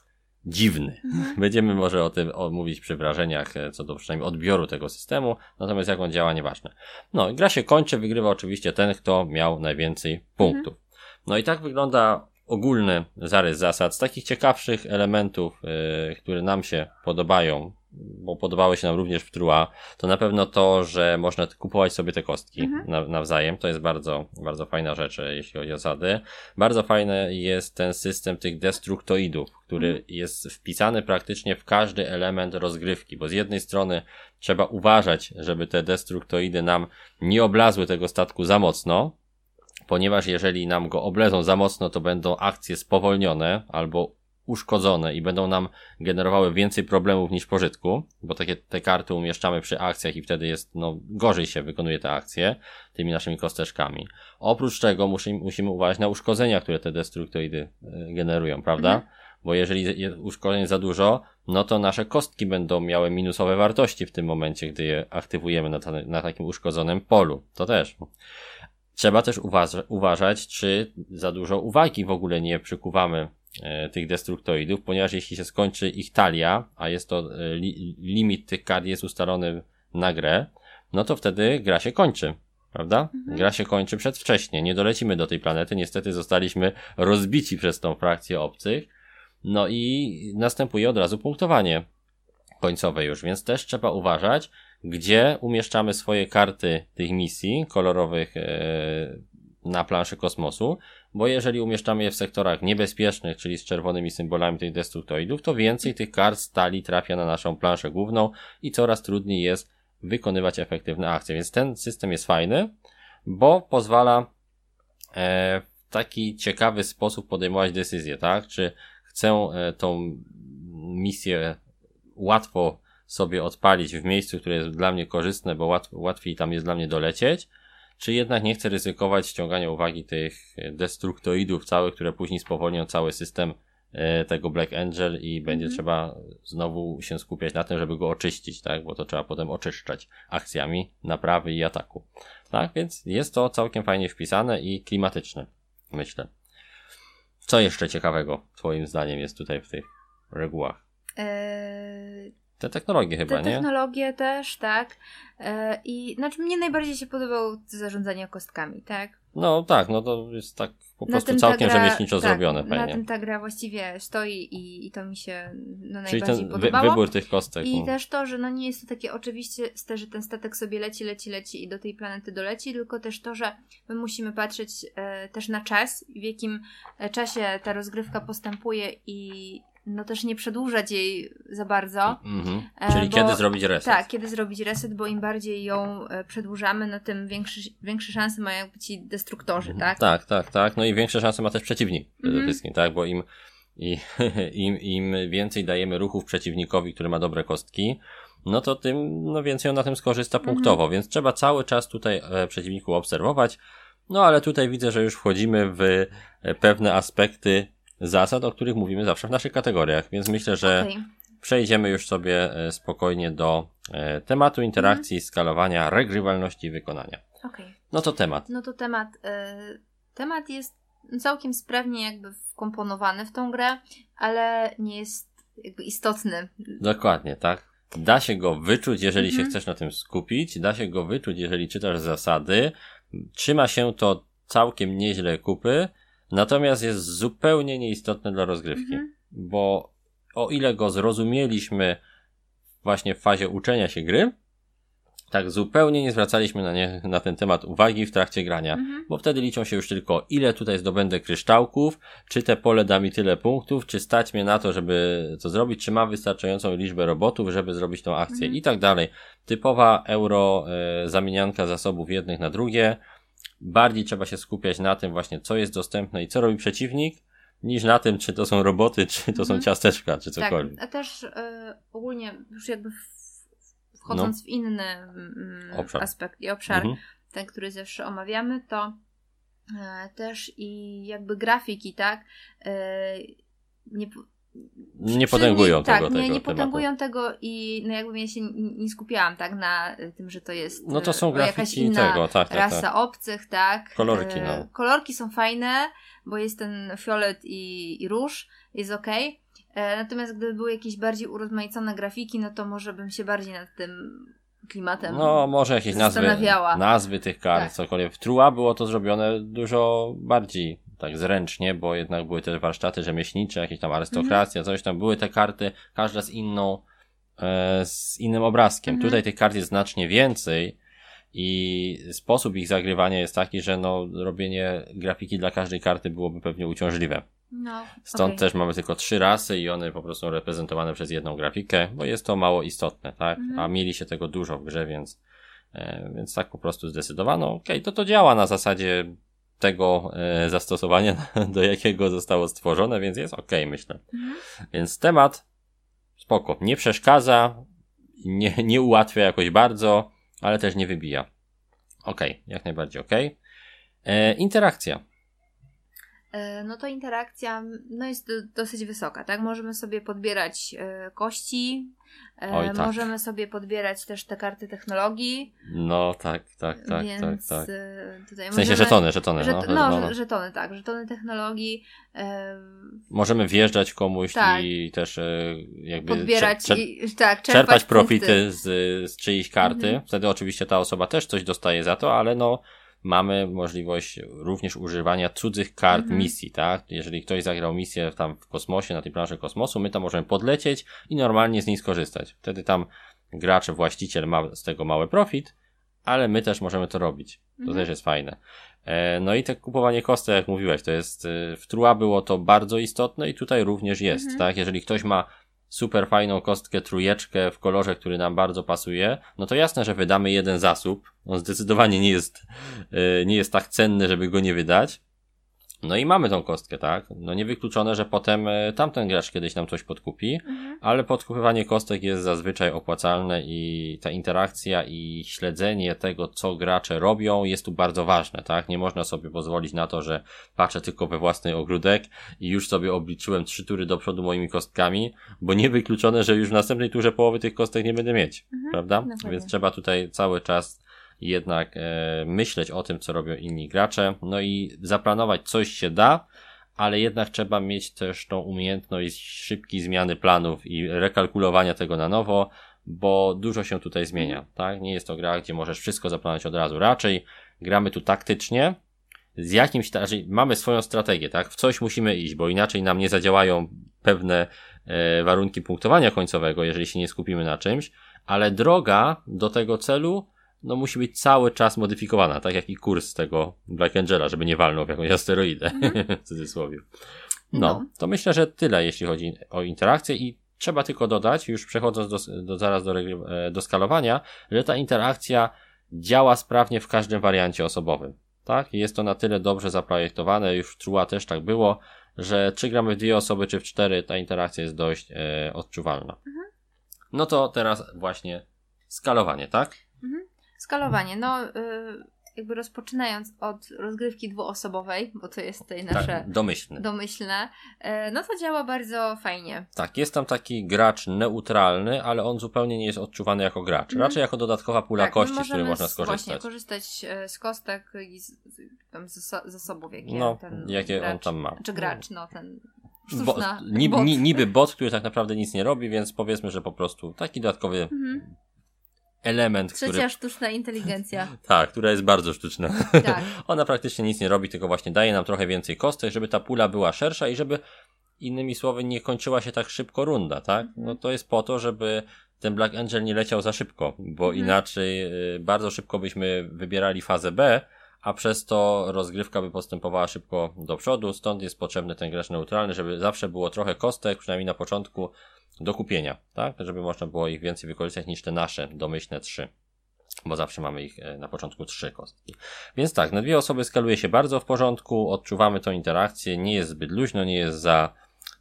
dziwny. Mhm. Będziemy może o tym mówić przy wrażeniach co do przynajmniej odbioru tego systemu, natomiast jak on działa, nieważne. No, gra się kończy, wygrywa oczywiście ten, kto miał najwięcej punktów. Mhm. No i tak wygląda ogólny zarys zasad. Z takich ciekawszych elementów, yy, które nam się podobają, bo podobały się nam również w Trua, to na pewno to, że można kupować sobie te kostki mhm. na, nawzajem. To jest bardzo, bardzo fajna rzecz, jeśli chodzi o zasady. Bardzo fajny jest ten system tych destruktoidów, który mhm. jest wpisany praktycznie w każdy element rozgrywki, bo z jednej strony trzeba uważać, żeby te destruktoidy nam nie oblazły tego statku za mocno, ponieważ jeżeli nam go oblezą za mocno, to będą akcje spowolnione albo uszkodzone i będą nam generowały więcej problemów niż pożytku, bo takie te karty umieszczamy przy akcjach i wtedy jest, no, gorzej się wykonuje te akcje tymi naszymi kosteczkami. Oprócz tego musimy, musimy uważać na uszkodzenia, które te destruktoidy generują, prawda? Mhm. Bo jeżeli jest uszkodzeń za dużo, no to nasze kostki będą miały minusowe wartości w tym momencie, gdy je aktywujemy na, ta, na takim uszkodzonym polu. To też. Trzeba też uważ- uważać, czy za dużo uwagi w ogóle nie przykuwamy e, tych destruktoidów, ponieważ jeśli się skończy ich talia, a jest to e, li- limit tych kart jest ustalony na grę, no to wtedy gra się kończy, prawda? Mhm. Gra się kończy przedwcześnie, nie dolecimy do tej planety, niestety zostaliśmy rozbici przez tą frakcję obcych, no i następuje od razu punktowanie końcowe już, więc też trzeba uważać, gdzie umieszczamy swoje karty tych misji kolorowych e, na planszy kosmosu, bo jeżeli umieszczamy je w sektorach niebezpiecznych, czyli z czerwonymi symbolami tych destruktoidów, to więcej tych kart stali trafia na naszą planszę główną i coraz trudniej jest wykonywać efektywne akcje. Więc ten system jest fajny, bo pozwala e, w taki ciekawy sposób podejmować decyzje, tak? Czy chcę e, tą misję łatwo sobie odpalić w miejscu, które jest dla mnie korzystne, bo łat, łatwiej tam jest dla mnie dolecieć, czy jednak nie chcę ryzykować ściągania uwagi tych destruktoidów całych, które później spowolnią cały system e, tego Black Angel i będzie mm-hmm. trzeba znowu się skupiać na tym, żeby go oczyścić, tak, bo to trzeba potem oczyszczać akcjami naprawy i ataku. Tak, więc jest to całkiem fajnie wpisane i klimatyczne, myślę. Co jeszcze ciekawego twoim zdaniem jest tutaj w tych regułach? Eee... Te technologie chyba, Te nie? technologie też, tak. Yy, I znaczy mnie najbardziej się podobało zarządzanie kostkami, tak? No tak, no to jest tak po na prostu całkiem gra, rzemieślniczo tak, zrobione fajnie. Na tym ta gra właściwie stoi i, i to mi się no, Czyli najbardziej ten podobało. Wy, wybór tych kostek. I no. też to, że no nie jest to takie oczywiste, że ten statek sobie leci, leci, leci i do tej planety doleci, tylko też to, że my musimy patrzeć e, też na czas, w jakim czasie ta rozgrywka postępuje i no też nie przedłużać jej za bardzo. Mm-hmm. Czyli bo, kiedy zrobić reset. Tak, kiedy zrobić reset, bo im bardziej ją e, przedłużamy, no tym większy, większe szanse mają ci destruktorzy, mm-hmm. tak? Tak, tak, tak. No i większe szanse ma też przeciwnik przede mm-hmm. wszystkim, tak? Bo im, i, im, im więcej dajemy ruchów przeciwnikowi, który ma dobre kostki, no to tym no więcej on na tym skorzysta punktowo, mm-hmm. więc trzeba cały czas tutaj e, przeciwniku obserwować. No ale tutaj widzę, że już wchodzimy w e, pewne aspekty zasad, o których mówimy zawsze w naszych kategoriach, więc myślę, że okay. przejdziemy już sobie spokojnie do e, tematu interakcji, mm. skalowania, regrywalności i wykonania. Okay. No to temat. No to temat. Y, temat jest całkiem sprawnie jakby wkomponowany w tą grę, ale nie jest jakby istotny. Dokładnie, tak. Da się go wyczuć, jeżeli mm-hmm. się chcesz na tym skupić, da się go wyczuć, jeżeli czytasz zasady, trzyma się to całkiem nieźle kupy, natomiast jest zupełnie nieistotne dla rozgrywki, mhm. bo o ile go zrozumieliśmy właśnie w fazie uczenia się gry, tak zupełnie nie zwracaliśmy na, nie, na ten temat uwagi w trakcie grania, mhm. bo wtedy liczą się już tylko ile tutaj zdobędę kryształków, czy te pole da mi tyle punktów, czy stać mnie na to, żeby to zrobić, czy mam wystarczającą liczbę robotów, żeby zrobić tą akcję mhm. i tak dalej. Typowa euro e, zamienianka zasobów jednych na drugie. Bardziej trzeba się skupiać na tym właśnie, co jest dostępne i co robi przeciwnik, niż na tym, czy to są roboty, czy to są ciasteczka, czy cokolwiek. Tak, a też y, ogólnie już jakby w, wchodząc no. w inny mm, obszar. aspekt i obszar, mhm. ten, który zawsze omawiamy, to e, też i jakby grafiki, tak? E, nie, nie potęgują tak, tego, nie, tego nie potęgują tematu. tego i no jakby ja się nie, nie skupiałam tak na tym, że to jest no to są o, jakaś grafiki inna tego, tak, tak, rasa tak. obcych, tak? Kolorki, e, no. Kolorki są fajne, bo jest ten fiolet i, i róż, jest okej. E, natomiast gdyby były jakieś bardziej urozmaicone grafiki, no to może bym się bardziej nad tym klimatem No, może jakieś nazwy, nazwy tych kart, tak. cokolwiek. W Trua było to zrobione dużo bardziej tak zręcznie, bo jednak były te warsztaty rzemieślnicze, jakieś tam arystokracja, mm-hmm. coś tam. Były te karty, każda z inną, e, z innym obrazkiem. Mm-hmm. Tutaj tych kart jest znacznie więcej i sposób ich zagrywania jest taki, że no, robienie grafiki dla każdej karty byłoby pewnie uciążliwe. No, Stąd okay. też mamy tylko trzy rasy i one po prostu są reprezentowane przez jedną grafikę, bo jest to mało istotne, tak? Mhm. A mieli się tego dużo w grze, więc, e, więc tak po prostu zdecydowano. Okej, okay, to to działa na zasadzie tego e, zastosowania, do jakiego zostało stworzone, więc jest okej, okay, myślę. Mhm. Więc temat spoko, nie przeszkadza, nie, nie ułatwia jakoś bardzo, ale też nie wybija. Okej, okay, jak najbardziej okej. Okay. E, interakcja. No to interakcja no jest do, dosyć wysoka, tak? Możemy sobie podbierać e, kości, e, Oj, tak. możemy sobie podbierać też te karty technologii. No tak, tak, tak, więc, tak, tak. E, tutaj w sensie możemy, żetony, żetony. Żet, no, no, no, no, żetony, tak, żetony technologii. E, możemy wjeżdżać komuś tak. i też e, jakby podbierać czer- czer- i tak, czerpać, czerpać punkty. profity z, z czyjejś karty. Mhm. Wtedy oczywiście ta osoba też coś dostaje za to, ale no mamy możliwość również używania cudzych kart mhm. misji, tak? Jeżeli ktoś zagrał misję tam w kosmosie, na tej planszy kosmosu, my tam możemy podlecieć i normalnie z niej skorzystać. Wtedy tam gracz, właściciel ma z tego mały profit, ale my też możemy to robić. To mhm. też jest fajne. E, no i te kupowanie kostek, jak mówiłeś, to jest, w Trua było to bardzo istotne i tutaj również jest, mhm. tak? Jeżeli ktoś ma super fajną kostkę, trójeczkę w kolorze, który nam bardzo pasuje, no to jasne, że wydamy jeden zasób. On zdecydowanie nie jest, yy, nie jest tak cenny, żeby go nie wydać. No i mamy tą kostkę, tak? No niewykluczone, że potem y, tamten gracz kiedyś nam coś podkupi, mhm. ale podkupywanie kostek jest zazwyczaj opłacalne i ta interakcja i śledzenie tego, co gracze robią, jest tu bardzo ważne, tak? Nie można sobie pozwolić na to, że patrzę tylko we własny ogródek i już sobie obliczyłem trzy tury do przodu moimi kostkami, bo niewykluczone, że już w następnej turze połowy tych kostek nie będę mieć, mhm. prawda? Dokładnie. Więc trzeba tutaj cały czas jednak e, myśleć o tym, co robią inni gracze, no i zaplanować coś się da, ale jednak trzeba mieć też tą umiejętność szybkiej zmiany planów i rekalkulowania tego na nowo, bo dużo się tutaj zmienia, tak? Nie jest to gra, gdzie możesz wszystko zaplanować od razu, raczej gramy tu taktycznie, z jakimś, znaczy mamy swoją strategię, tak? W coś musimy iść, bo inaczej nam nie zadziałają pewne e, warunki punktowania końcowego, jeżeli się nie skupimy na czymś, ale droga do tego celu no musi być cały czas modyfikowana, tak jak i kurs tego Black Angela, żeby nie walnął w jakąś asteroidę, mm-hmm. w cudzysłowie. No, no, to myślę, że tyle, jeśli chodzi o interakcję i trzeba tylko dodać, już przechodząc do, do, zaraz do, do skalowania, że ta interakcja działa sprawnie w każdym wariancie osobowym, tak? Jest to na tyle dobrze zaprojektowane, już w Trua też tak było, że czy gramy w dwie osoby, czy w cztery, ta interakcja jest dość e, odczuwalna. Mm-hmm. No to teraz właśnie skalowanie, tak? Mhm. Skalowanie, no y, jakby rozpoczynając od rozgrywki dwuosobowej, bo to jest tutaj nasze tak, domyślne, domyślne y, no to działa bardzo fajnie. Tak, jest tam taki gracz neutralny, ale on zupełnie nie jest odczuwany jako gracz, mm. raczej jako dodatkowa pula tak, kości, z której można skorzystać. Właśnie, korzystać z kostek i z, tam z zasobów, jakie no, ten jakie gracz, on tam ma. Czy gracz, no ten sztuczna, Bo, niby, bot. niby bot, który tak naprawdę nic nie robi, więc powiedzmy, że po prostu taki dodatkowy mm. element, Trzecia który... sztuczna inteligencja. Tak, która jest bardzo sztuczna. Tak. Ona praktycznie nic nie robi, tylko właśnie daje nam trochę więcej kostek, żeby ta pula była szersza i żeby, innymi słowy, nie kończyła się tak szybko runda, tak? No to jest po to, żeby ten Black Angel nie leciał za szybko, bo mhm. inaczej y, bardzo szybko byśmy wybierali fazę B, a przez to rozgrywka by postępowała szybko do przodu, stąd jest potrzebny ten gracz neutralny, żeby zawsze było trochę kostek, przynajmniej na początku, do kupienia, tak? Żeby można było ich więcej wykorzystać niż te nasze domyślne trzy, bo zawsze mamy ich na początku trzy kostki. Więc tak, na dwie osoby skaluje się bardzo w porządku, odczuwamy tą interakcję, nie jest zbyt luźno, nie jest za,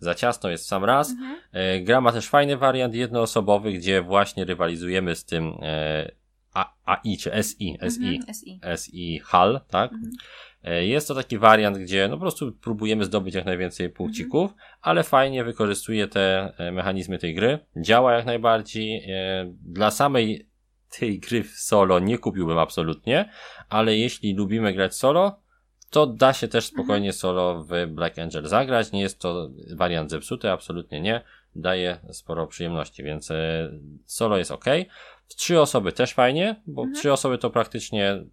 za ciasno jest w sam raz. Mhm. E, gra ma też fajny wariant jednoosobowy, gdzie właśnie rywalizujemy z tym e, A, AI czy S I, S I, Mhm, S I. S I Hall, tak? Mhm. E, Jest to taki wariant, gdzie no po prostu próbujemy zdobyć jak najwięcej punkcików, ale fajnie wykorzystuje te e, mechanizmy tej gry. Działa jak najbardziej. E, Dla samej tej gry w solo nie kupiłbym absolutnie, ale jeśli lubimy grać solo, to da się też spokojnie solo w Black Angel zagrać. Nie jest to wariant zepsuty, absolutnie nie. Daje sporo przyjemności, więc e, solo jest ok. W trzy osoby też fajnie, bo Mhm. trzy osoby to praktycznie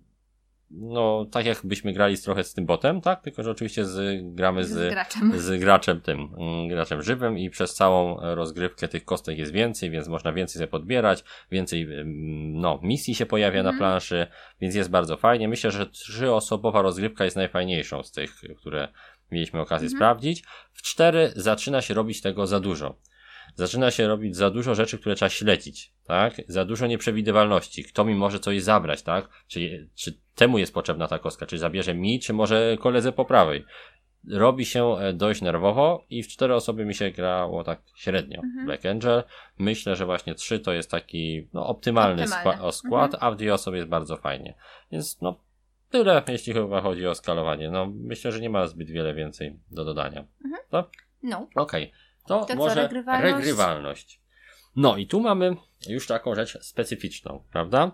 no tak jakbyśmy grali z trochę z tym botem, tak? Tylko że oczywiście z, gramy z, Z graczem. z graczem tym, mm, graczem żywym i przez całą rozgrywkę tych kostek jest więcej, więc można więcej sobie podbierać, więcej mm, no misji się pojawia Mhm. na planszy, więc jest bardzo fajnie. Myślę, że trzyosobowa rozgrywka jest najfajniejszą z tych, które mieliśmy okazję Mhm. sprawdzić. W cztery zaczyna się robić tego za dużo. Zaczyna się robić za dużo rzeczy, które trzeba śledzić, tak? Za dużo nieprzewidywalności. Kto mi może coś zabrać, tak? Czy, czy temu jest potrzebna ta kostka? Czy zabierze mi, czy może koledze po prawej? Robi się dość nerwowo i w cztery osoby mi się grało tak średnio. Mhm. Black Angel. Myślę, że właśnie trzy to jest taki no, optymalny, Optymalny. skła- skład, Mhm. a w dwie osoby jest bardzo fajnie. Więc no tyle, jeśli chyba chodzi o skalowanie. No myślę, że nie ma zbyt wiele więcej do dodania. Mhm. To? No. Okej. To, To co, może regrywalność? regrywalność. No i tu mamy już taką rzecz specyficzną, prawda?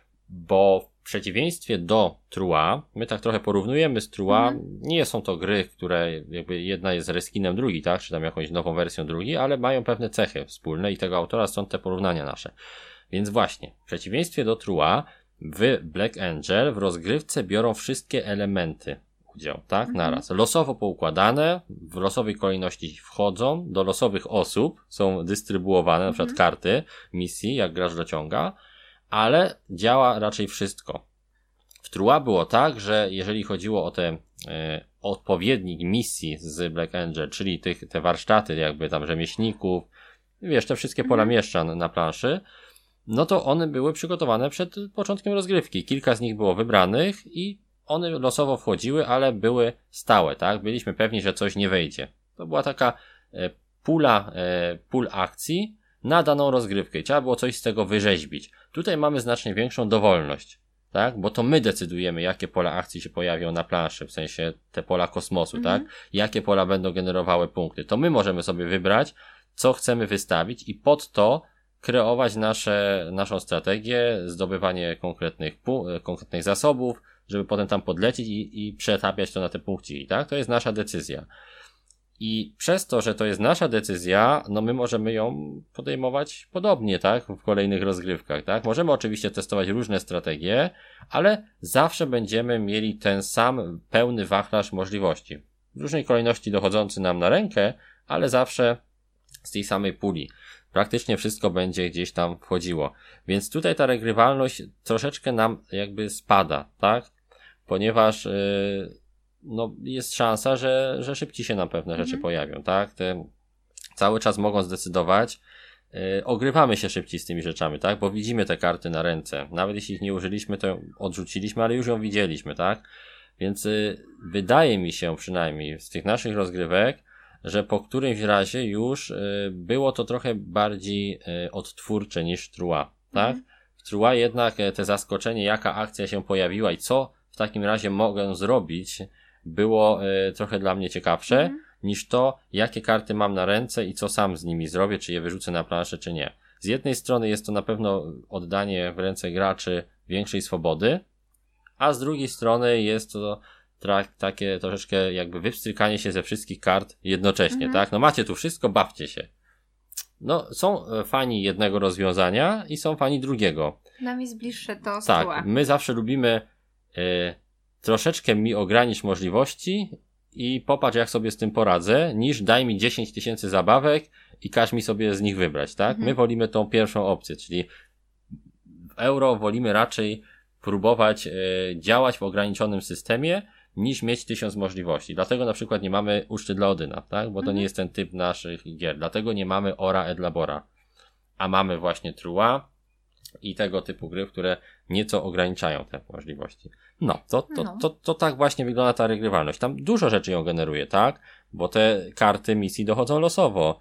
Bo w przeciwieństwie do Trua, my tak trochę porównujemy z Trua, Mhm. nie są to gry, które jakby jedna jest reskinem drugiej, tak? Czy tam jakąś nową wersją drugiej, ale mają pewne cechy wspólne i tego autora są te porównania nasze. Więc właśnie, w przeciwieństwie do Trua, w Black Angel w rozgrywce biorą wszystkie elementy udział, tak? Mhm. Naraz. Losowo poukładane, w losowej kolejności wchodzą, do losowych osób są dystrybuowane, na przykład Mhm. karty misji, jak gracz dociąga, ale działa raczej wszystko. W Trua było tak, że jeżeli chodziło o te e, odpowiednik misji z Black Angel, czyli tych, te warsztaty jakby tam rzemieślników, wiesz, te wszystkie pola Mhm. mieszczan na planszy, no to one były przygotowane przed początkiem rozgrywki. Kilka z nich było wybranych i one losowo wchodziły, ale były stałe, tak? Byliśmy pewni, że coś nie wejdzie. To była taka e, pula, e, pól akcji na daną rozgrywkę i trzeba było coś z tego wyrzeźbić. Tutaj mamy znacznie większą dowolność, tak? Bo to my decydujemy, jakie pola akcji się pojawią na planszy, w sensie te pola kosmosu, Mhm. tak? Jakie pola będą generowały punkty. To my możemy sobie wybrać, co chcemy wystawić i pod to kreować nasze, naszą strategię, zdobywanie konkretnych, pu- konkretnych zasobów, żeby potem tam podlecieć i, i przetapiać to na te punkciki, tak? To jest nasza decyzja. I przez to, że to jest nasza decyzja, no my możemy ją podejmować podobnie, tak? W kolejnych rozgrywkach, tak? Możemy oczywiście testować różne strategie, ale zawsze będziemy mieli ten sam pełny wachlarz możliwości. W różnej kolejności dochodzący nam na rękę, ale zawsze z tej samej puli. Praktycznie wszystko będzie gdzieś tam wchodziło. Więc tutaj ta regrywalność troszeczkę nam jakby spada, tak? Ponieważ yy, no jest szansa, że, że szybciej się nam pewne rzeczy Mhm. pojawią, tak? Te cały czas mogą zdecydować. Yy, ogrywamy się szybciej z tymi rzeczami, tak? Bo widzimy te karty na ręce. Nawet jeśli ich nie użyliśmy, to ją odrzuciliśmy, ale już ją widzieliśmy, tak? Więc yy, wydaje mi się przynajmniej z tych naszych rozgrywek, że po którymś razie już y, było to trochę bardziej y, odtwórcze niż Trua, tak? Mhm. W Trua jednak y, te zaskoczenie, jaka akcja się pojawiła i co w takim razie mogę zrobić, było y, trochę dla mnie ciekawsze Mhm. niż to, jakie karty mam na ręce i co sam z nimi zrobię, czy je wyrzucę na planszę, czy nie. Z jednej strony jest to na pewno oddanie w ręce graczy większej swobody, a z drugiej strony jest to Tra- takie troszeczkę jakby wypstrykanie się ze wszystkich kart jednocześnie, Mhm. tak? No macie tu wszystko, bawcie się. No, są e, fani jednego rozwiązania i są fani drugiego. Nam jest bliższe to z Tak, Trua. my zawsze lubimy e, troszeczkę mi ogranicz możliwości i popatrz jak sobie z tym poradzę, niż daj mi dziesięć tysięcy zabawek i każ mi sobie z nich wybrać, tak? Mhm. My wolimy tą pierwszą opcję, czyli w euro wolimy raczej próbować e, działać w ograniczonym systemie, niż mieć tysiąc możliwości. Dlatego na przykład nie mamy Uczty dla Odyna, tak? Bo to Mhm. nie jest ten typ naszych gier. Dlatego nie mamy Ora et Labora. A mamy właśnie Trua i tego typu gry, które nieco ograniczają te możliwości. No, to, to, No. To, to, to tak właśnie wygląda ta regrywalność. Tam dużo rzeczy ją generuje, tak? bo te karty misji dochodzą losowo.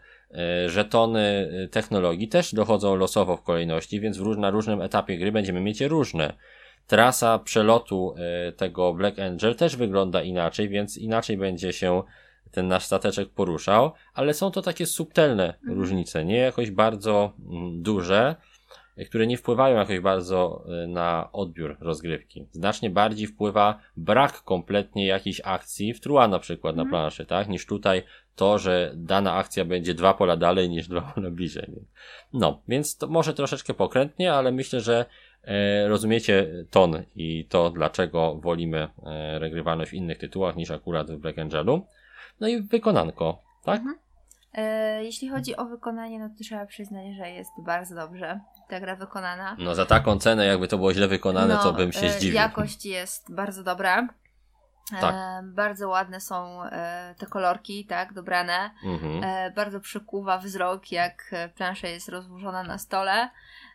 Żetony technologii też dochodzą losowo w kolejności, więc w róż- na różnym etapie gry będziemy mieć je różne. Trasa przelotu tego Black Angel też wygląda inaczej, więc inaczej będzie się ten nasz stateczek poruszał, ale są to takie subtelne mm. różnice, nie jakoś bardzo mm, duże, które nie wpływają jakoś bardzo na odbiór rozgrywki. Znacznie bardziej wpływa brak kompletnie jakiejś akcji w Trua na przykład mm. na planszy, tak, niż tutaj to, że dana akcja będzie dwa pola dalej niż dwa pola bliżej. No, więc to może troszeczkę pokrętnie, ale myślę, że e, rozumiecie ton i to, dlaczego wolimy e, regrywalność w innych tytułach niż akurat w Black Angelu. No i wykonanko, tak? Mhm. E, jeśli chodzi o wykonanie, no to trzeba przyznać, że jest bardzo dobrze ta gra wykonana. No za taką cenę, jakby to było źle wykonane, no, to bym się zdziwił. Jakość jest bardzo dobra. Tak. E, bardzo ładne są e, te kolorki, tak, dobrane. Mhm. E, bardzo przykuwa wzrok, jak plansza jest rozłożona na stole.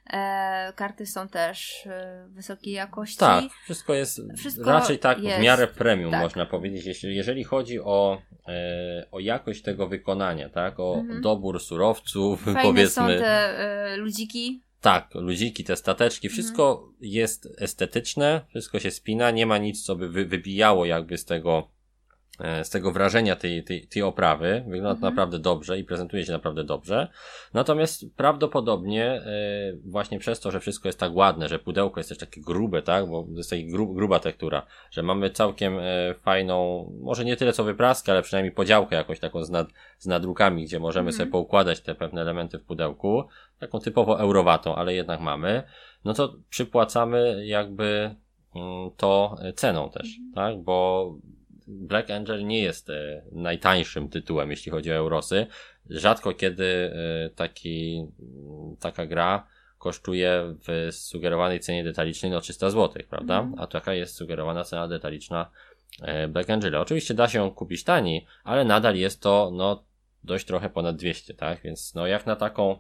E, karty są też e, wysokiej jakości. Tak, wszystko jest wszystko raczej tak jest, w miarę premium, tak. można powiedzieć. Jeśli, jeżeli chodzi o, e, o jakość tego wykonania, tak, o mhm. dobór surowców, fajne powiedzmy. są te e, ludziki. Tak, ludziki, te stateczki, wszystko mhm. jest estetyczne, wszystko się spina, nie ma nic, co by wy, wybijało jakby z tego, z tego wrażenia tej, tej, tej oprawy. Wygląda to mhm. naprawdę dobrze i prezentuje się naprawdę dobrze. Natomiast prawdopodobnie e, właśnie przez to, że wszystko jest tak ładne, że pudełko jest też takie grube, tak, bo to jest taka gru, gruba tektura, że mamy całkiem e, fajną, może nie tyle co wypraskę, ale przynajmniej podziałkę jakąś taką z, nad, z nadrukami, gdzie możemy mhm. sobie poukładać te pewne elementy w pudełku, taką typowo eurowatą, ale jednak mamy, no to przypłacamy jakby mm, to ceną też, mhm. tak, bo Black Angel nie jest e, najtańszym tytułem, jeśli chodzi o Eurosy. Rzadko kiedy e, taki, taka gra kosztuje w sugerowanej cenie detalicznej no trzysta złotych, prawda? Mm. A taka jest sugerowana cena detaliczna e, Black Angela. Oczywiście da się ją kupić taniej, ale nadal jest to no dość trochę ponad dwieście, tak? Więc no jak na taką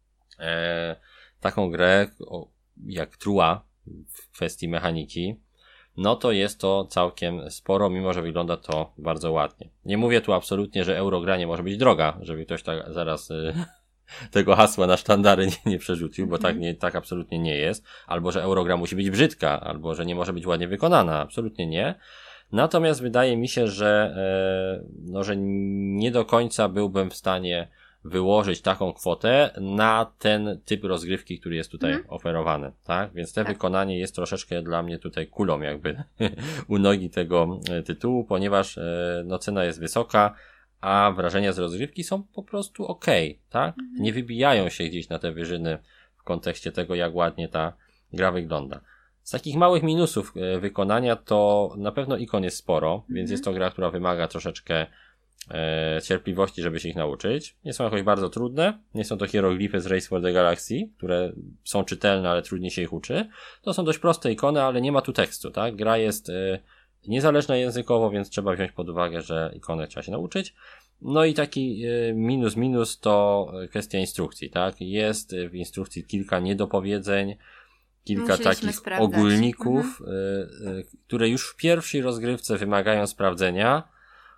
e, taką grę o, jak Trua w kwestii mechaniki, no to jest to całkiem sporo, mimo że wygląda to bardzo ładnie. Nie mówię tu absolutnie, że Eurogra nie może być droga, żeby ktoś tak zaraz y, tego hasła na sztandary nie, nie przerzucił, bo tak, nie, tak absolutnie nie jest. Albo, że Eurogra musi być brzydka, albo, że nie może być ładnie wykonana. Absolutnie nie. Natomiast wydaje mi się, że, e, no, że nie do końca byłbym w stanie wyłożyć taką kwotę na ten typ rozgrywki, który jest tutaj mm. oferowany, tak? Więc te tak. wykonanie jest troszeczkę dla mnie tutaj kulą jakby u nogi tego tytułu, ponieważ no cena jest wysoka, a wrażenia z rozgrywki są po prostu okej, okay, tak? Mm. Nie wybijają się gdzieś na te wyżyny w kontekście tego, jak ładnie ta gra wygląda. Z takich małych minusów wykonania to na pewno ikon jest sporo, mm. więc jest to gra, która wymaga troszeczkę E, cierpliwości, żeby się ich nauczyć. Nie są jakoś bardzo trudne. Nie są to hieroglify z Race for the Galaxy, które są czytelne, ale trudniej się ich uczy. To są dość proste ikony, ale nie ma tu tekstu, tak? Gra jest e, niezależna językowo, więc trzeba wziąć pod uwagę, że ikony trzeba się nauczyć. No i taki e, minus minus to kwestia instrukcji, tak? Jest w instrukcji kilka niedopowiedzeń, kilka takich sprawdzać. ogólników, mhm. e, e, które już w pierwszej rozgrywce wymagają sprawdzenia,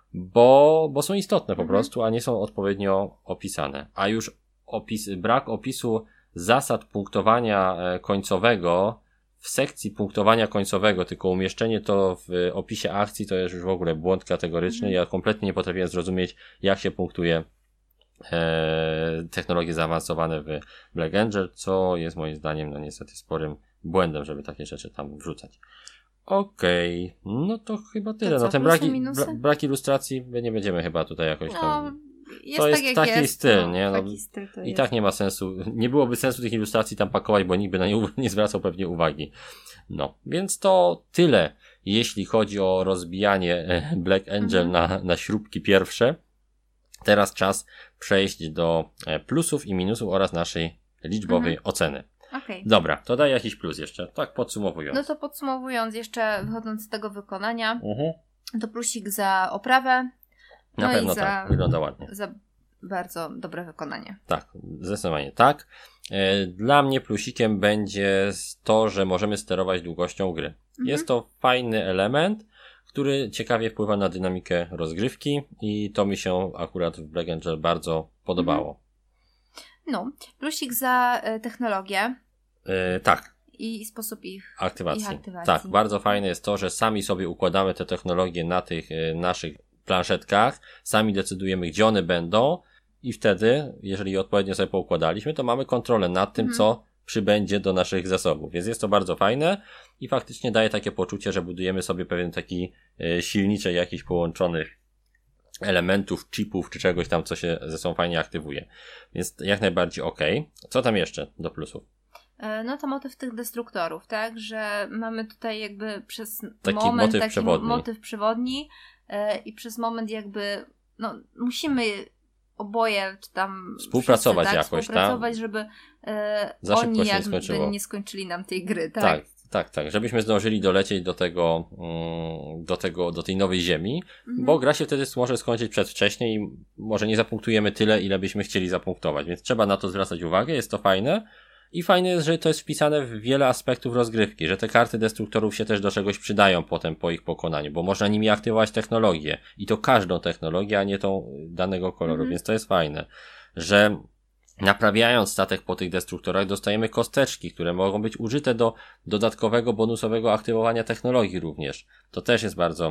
Bo, bo są istotne po mhm. prostu, a nie są odpowiednio opisane. A już opis, brak opisu zasad punktowania końcowego w sekcji punktowania końcowego, tylko umieszczenie to w opisie akcji, to jest już w ogóle błąd kategoryczny. Mhm. Ja kompletnie nie potrafiłem zrozumieć, jak się punktuje e, technologie zaawansowane w Black Angel, co jest moim zdaniem no niestety sporym błędem, żeby takie rzeczy tam wrzucać. Okej, okay. No to chyba tyle. To no ten brak, bra, brak ilustracji, my nie będziemy chyba tutaj jakoś no, tam... Jest to tak jest taki jest, styl, no, nie? No, taki styl to I jest. tak nie ma sensu, nie byłoby sensu tych ilustracji tam pakować, bo nikt by na nie, nie zwracał pewnie uwagi. No, więc to tyle, jeśli chodzi o rozbijanie Black Angel mhm. na, na śrubki pierwsze. Teraz czas przejść do plusów i minusów oraz naszej liczbowej mhm. oceny. Okay. Dobra, to daj jakiś plus jeszcze, tak podsumowując. No to podsumowując jeszcze, wychodząc z tego wykonania, uh-huh. to plusik za oprawę. Na no pewno i za, tak, wygląda ładnie. Za bardzo dobre wykonanie. Tak, zdecydowanie tak. Dla mnie plusikiem będzie to, że możemy sterować długością gry. Mhm. Jest to fajny element, który ciekawie wpływa na dynamikę rozgrywki i to mi się akurat w Black Angel bardzo podobało. No, plusik za e, technologię. Yy, tak. I sposób ich aktywacji. ich aktywacji. Tak, bardzo fajne jest to, że sami sobie układamy te technologie na tych y, naszych planszetkach, sami decydujemy, gdzie one będą i wtedy, jeżeli je odpowiednio sobie poukładaliśmy, to mamy kontrolę nad tym, mhm. co przybędzie do naszych zasobów. Więc jest to bardzo fajne i faktycznie daje takie poczucie, że budujemy sobie pewien taki y, silniczek jakichś połączonych elementów, chipów czy czegoś tam, co się ze sobą fajnie aktywuje. Więc jak najbardziej okej. Okay. Co tam jeszcze do plusów? No to motyw tych destruktorów, tak, że mamy tutaj jakby przez taki moment motyw taki przewodni. motyw przewodni e, i przez moment jakby, no musimy oboje czy tam współpracować wszyscy, tak, jakoś, współpracować, tak? żeby e, Za szybko oni się jakby nie skończyło. nie skończyli nam tej gry, tak? Tak, tak, tak, żebyśmy zdążyli dolecieć do tego, do tego, do tej nowej ziemi, mhm. bo gra się wtedy może skończyć przedwcześnie i może nie zapunktujemy tyle, ile byśmy chcieli zapunktować, więc trzeba na to zwracać uwagę, jest to fajne. I fajne jest, że to jest wpisane w wiele aspektów rozgrywki, że te karty destruktorów się też do czegoś przydają potem po ich pokonaniu, bo można nimi aktywować technologię i to każdą technologię, a nie tą danego koloru, mm-hmm. więc to jest fajne, że naprawiając statek po tych destruktorach dostajemy kosteczki, które mogą być użyte do dodatkowego, bonusowego aktywowania technologii również. To też jest bardzo,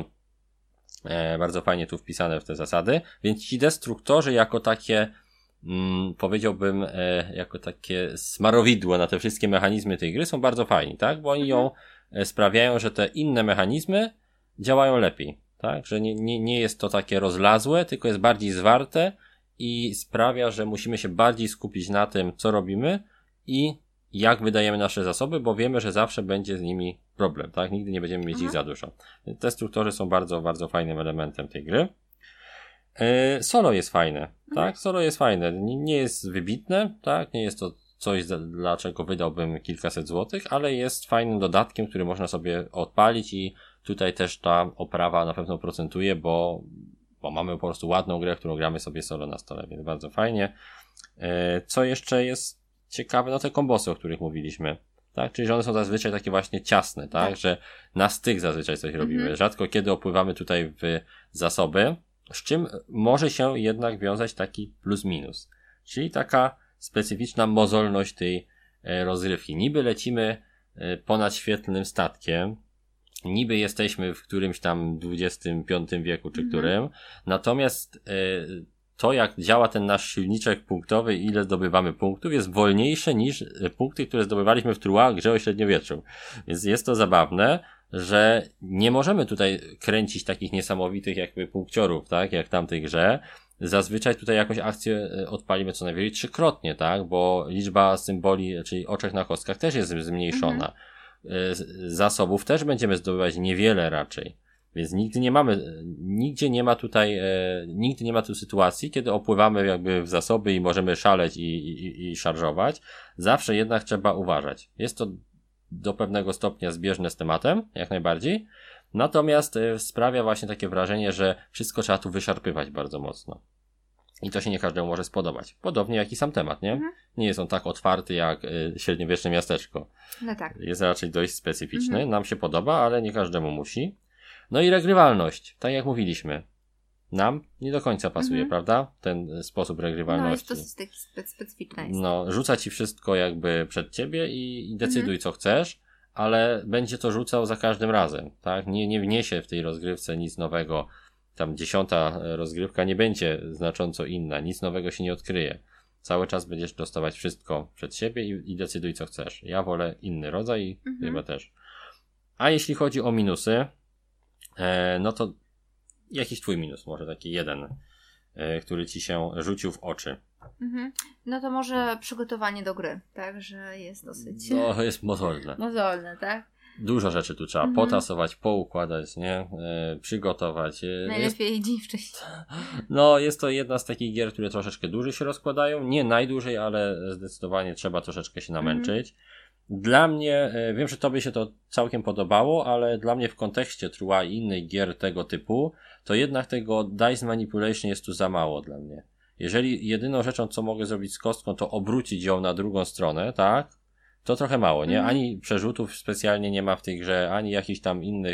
e, bardzo fajnie tu wpisane w te zasady, więc ci destruktorzy jako takie Mm, powiedziałbym, e, jako takie smarowidło na te wszystkie mechanizmy tej gry są bardzo fajni, tak? Bo oni mhm. ją e, sprawiają, że te inne mechanizmy działają lepiej, tak? Że nie, nie, nie jest to takie rozlazłe, tylko jest bardziej zwarte i sprawia, że musimy się bardziej skupić na tym, co robimy i jak wydajemy nasze zasoby, bo wiemy, że zawsze będzie z nimi problem, tak? Nigdy nie będziemy mieć mhm. ich za dużo. Te struktury są bardzo, bardzo fajnym elementem tej gry. Solo jest fajne, tak? Solo jest fajne. Nie, nie jest wybitne, tak? Nie jest to coś, dla czego wydałbym kilkaset złotych, ale jest fajnym dodatkiem, który można sobie odpalić i tutaj też ta oprawa na pewno procentuje, bo, bo mamy po prostu ładną grę, którą gramy sobie solo na stole, więc bardzo fajnie. Co jeszcze jest ciekawe? No te kombosy, o których mówiliśmy, tak? Czyli że one są zazwyczaj takie właśnie ciasne, tak? tak. Że na styk zazwyczaj coś robimy. Mhm. Rzadko kiedy opływamy tutaj w zasoby, z czym może się jednak wiązać taki plus minus. Czyli taka specyficzna mozolność tej e, rozrywki. Niby lecimy e, ponad świetlnym statkiem, niby jesteśmy w którymś tam dwudziestym piątym wieku czy mm-hmm. którym, natomiast e, to jak działa ten nasz silniczek punktowy i ile zdobywamy punktów jest wolniejsze niż punkty, które zdobywaliśmy w Trua, grze o średniowieczu. Więc jest to zabawne, że nie możemy tutaj kręcić takich niesamowitych jakby punkciorów, tak, jak w tamtej grze. Zazwyczaj tutaj jakąś akcję odpalimy co najwyżej trzykrotnie, tak, bo liczba symboli, czyli oczek na kostkach też jest zmniejszona. Mhm. Zasobów też będziemy zdobywać niewiele raczej. Więc nigdy nie mamy, nigdzie nie ma tutaj, e, nigdy nie ma tu sytuacji, kiedy opływamy jakby w zasoby i możemy szaleć i, i, i szarżować. Zawsze jednak trzeba uważać. Jest to do pewnego stopnia zbieżne z tematem, jak najbardziej. Natomiast e, sprawia właśnie takie wrażenie, że wszystko trzeba tu wyszarpywać bardzo mocno. I to się nie każdemu może spodobać. Podobnie jak i sam temat, nie? Mhm. Nie jest on tak otwarty jak e, średniowieczne miasteczko. No tak. Jest raczej dość specyficzny. Mhm. Nam się podoba, ale nie każdemu musi. No i regrywalność, tak jak mówiliśmy. Nam nie do końca pasuje, mhm. prawda? Ten sposób regrywalności. No jest to taki spe- specyficzny. Jest. No, rzuca ci wszystko jakby przed ciebie i, i decyduj mhm. co chcesz, ale będzie to rzucał za każdym razem, tak? Nie, nie wniesie w tej rozgrywce nic nowego. Tam dziesiąta rozgrywka nie będzie znacząco inna, nic nowego się nie odkryje. Cały czas będziesz dostawać wszystko przed siebie i, i decyduj co chcesz. Ja wolę inny rodzaj i mhm. chyba też. A jeśli chodzi o minusy, E, no to jakiś twój minus, może taki jeden, e, który ci się rzucił w oczy. Mhm. No to może przygotowanie do gry, tak, że jest dosyć... No, jest mozolne. Mozolne, tak? Dużo rzeczy tu trzeba mhm. potasować, poukładać, nie? E, przygotować. E, Najlepiej jest... dzień wcześniej. No, jest to jedna z takich gier, które troszeczkę dłużej się rozkładają. Nie najdłużej, ale zdecydowanie trzeba troszeczkę się namęczyć. Mhm. Dla mnie, wiem, że tobie się to całkiem podobało, ale dla mnie w kontekście Trua i innych gier tego typu, to jednak tego dice manipulation jest tu za mało dla mnie. Jeżeli jedyną rzeczą, co mogę zrobić z kostką, to obrócić ją na drugą stronę, tak? To trochę mało, nie? Mhm. Ani przerzutów specjalnie nie ma w tej grze, ani jakichś tam innych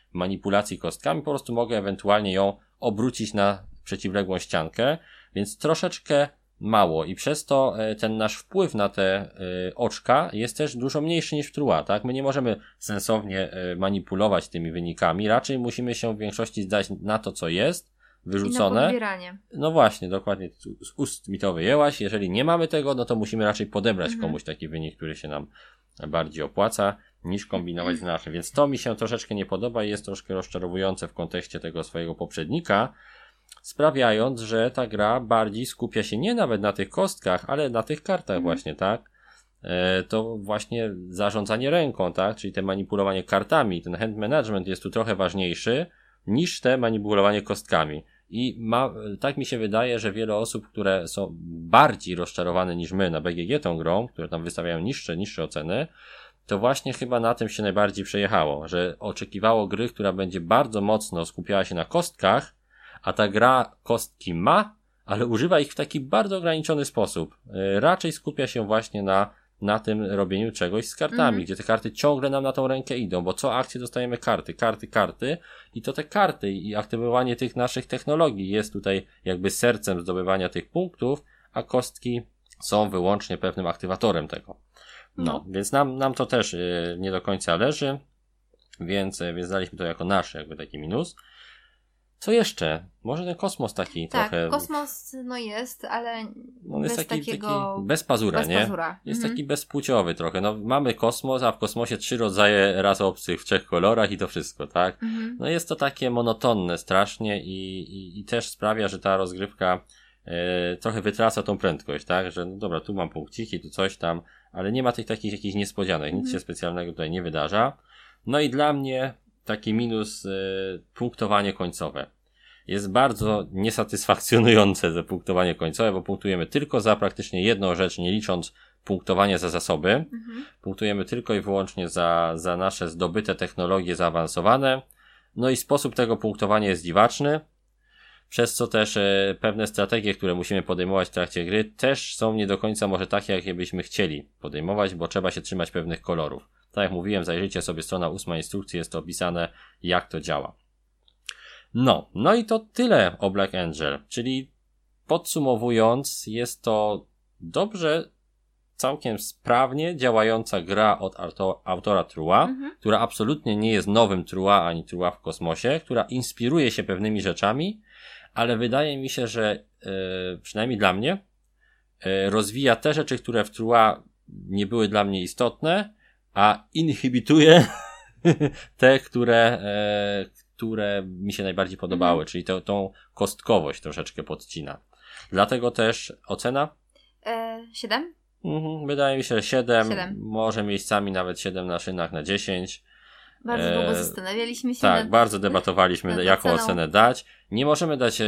manipulacji kostkami, po prostu mogę ewentualnie ją obrócić na przeciwległą ściankę, więc troszeczkę mało i przez to ten nasz wpływ na te oczka jest też dużo mniejszy niż w Trua, tak? My nie możemy sensownie manipulować tymi wynikami, raczej musimy się w większości zdać na to, co jest wyrzucone. I na podbieranie. No właśnie, dokładnie z ust mi to wyjęłaś. Jeżeli nie mamy tego, no to musimy raczej podebrać mhm. komuś taki wynik, który się nam bardziej opłaca, niż kombinować z naszym. Więc to mi się troszeczkę nie podoba i jest troszkę rozczarowujące w kontekście tego swojego poprzednika, sprawiając, że ta gra bardziej skupia się nie nawet na tych kostkach, ale na tych kartach mhm. właśnie, tak? E, to właśnie zarządzanie ręką, tak? Czyli te manipulowanie kartami, ten hand management jest tu trochę ważniejszy niż te manipulowanie kostkami. I ma, tak mi się wydaje, że wiele osób, które są bardziej rozczarowane niż my na B G G tą grą, które tam wystawiają niższe, niższe oceny, to właśnie chyba na tym się najbardziej przejechało, że oczekiwało gry, która będzie bardzo mocno skupiała się na kostkach, a ta gra kostki ma, ale używa ich w taki bardzo ograniczony sposób. Raczej skupia się właśnie na, na tym robieniu czegoś z kartami, mm. gdzie te karty ciągle nam na tą rękę idą, bo co akcję dostajemy karty, karty, karty i to te karty i aktywowanie tych naszych technologii jest tutaj jakby sercem zdobywania tych punktów, a kostki są wyłącznie pewnym aktywatorem tego. No, no. Więc nam, nam to też yy, nie do końca leży, więc, yy, więc daliśmy to jako nasz jakby taki minus. Co jeszcze? Może ten kosmos taki tak, trochę... Tak, kosmos no jest, ale on bez jest taki, takiego... taki bez pazura, bez nie? Pazura. Jest mhm. taki bezpłciowy trochę. No mamy kosmos, a w kosmosie trzy rodzaje ras obcych w trzech kolorach i to wszystko, tak? Mhm. No jest to takie monotonne strasznie i, i, i też sprawia, że ta rozgrywka e, trochę wytraca tą prędkość, tak? Że no dobra, tu mam punkciki, tu coś tam, ale nie ma tych takich jakichś niespodzianek, mhm. nic się specjalnego tutaj nie wydarza. No i dla mnie taki minus e, punktowanie końcowe. Jest bardzo niesatysfakcjonujące to punktowanie końcowe, bo punktujemy tylko za praktycznie jedną rzecz, nie licząc punktowania za zasoby. Mhm. Punktujemy tylko i wyłącznie za, za nasze zdobyte technologie zaawansowane. No i sposób tego punktowania jest dziwaczny, przez co też e, pewne strategie, które musimy podejmować w trakcie gry, też są nie do końca może takie, jakie byśmy chcieli podejmować, bo trzeba się trzymać pewnych kolorów. Tak jak mówiłem, zajrzyjcie sobie strona ósma instrukcji, jest to opisane, jak to działa. No, no i to tyle o Black Angel, czyli podsumowując, jest to dobrze, całkiem sprawnie działająca gra od auto, autora Trua, mhm. która absolutnie nie jest nowym Trua ani Trua w kosmosie, która inspiruje się pewnymi rzeczami, ale wydaje mi się, że yy, przynajmniej dla mnie yy, rozwija te rzeczy, które w Trua nie były dla mnie istotne, a inhibituje te, które yy, które mi się najbardziej podobały, mhm. czyli to, tą kostkowość troszeczkę podcina. Dlatego też ocena? E, siedem? Mhm, wydaje mi się, że siedem. Może miejscami nawet siedem na szynach na dziesięć. Bardzo e, długo zastanawialiśmy się. Tak, nad... bardzo debatowaliśmy, nad jaką oceną. ocenę dać. Nie możemy dać e,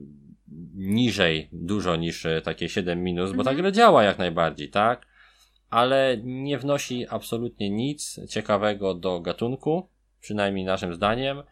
niżej, dużo niż e, takie siedem minus, mhm. bo ta gra działa jak najbardziej, tak? Ale nie wnosi absolutnie nic ciekawego do gatunku, przynajmniej naszym zdaniem.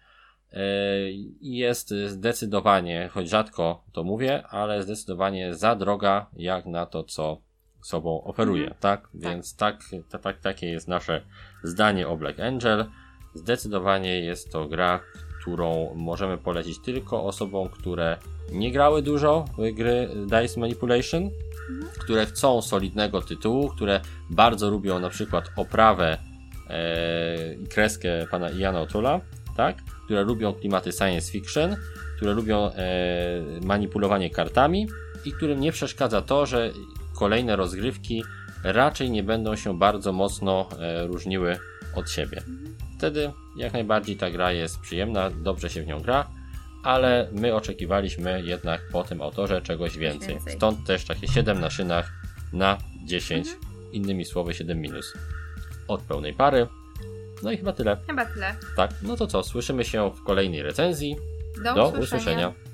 Jest zdecydowanie, choć rzadko to mówię, ale zdecydowanie za droga jak na to, co sobą oferuje, mhm. tak? Więc tak, tak, tak, takie jest nasze zdanie o Black Angel. Zdecydowanie jest to gra, którą możemy polecić tylko osobom, które nie grały dużo w gry Dice Manipulation, mhm. które chcą solidnego tytułu, które bardzo lubią na przykład oprawę i e, kreskę pana Iana O'Toola, tak? Które lubią klimaty science fiction, które lubią e, manipulowanie kartami i którym nie przeszkadza to, że kolejne rozgrywki raczej nie będą się bardzo mocno e, różniły od siebie. Wtedy jak najbardziej ta gra jest przyjemna, dobrze się w nią gra, ale my oczekiwaliśmy jednak po tym autorze czegoś więcej. więcej. Stąd też takie siedem na szynach na dziesięć, mhm. innymi słowy siedem minus od pełnej pary. No i chyba tyle. Chyba tyle. Tak, no to co, słyszymy się w kolejnej recenzji. Do, Do usłyszenia. usłyszenia.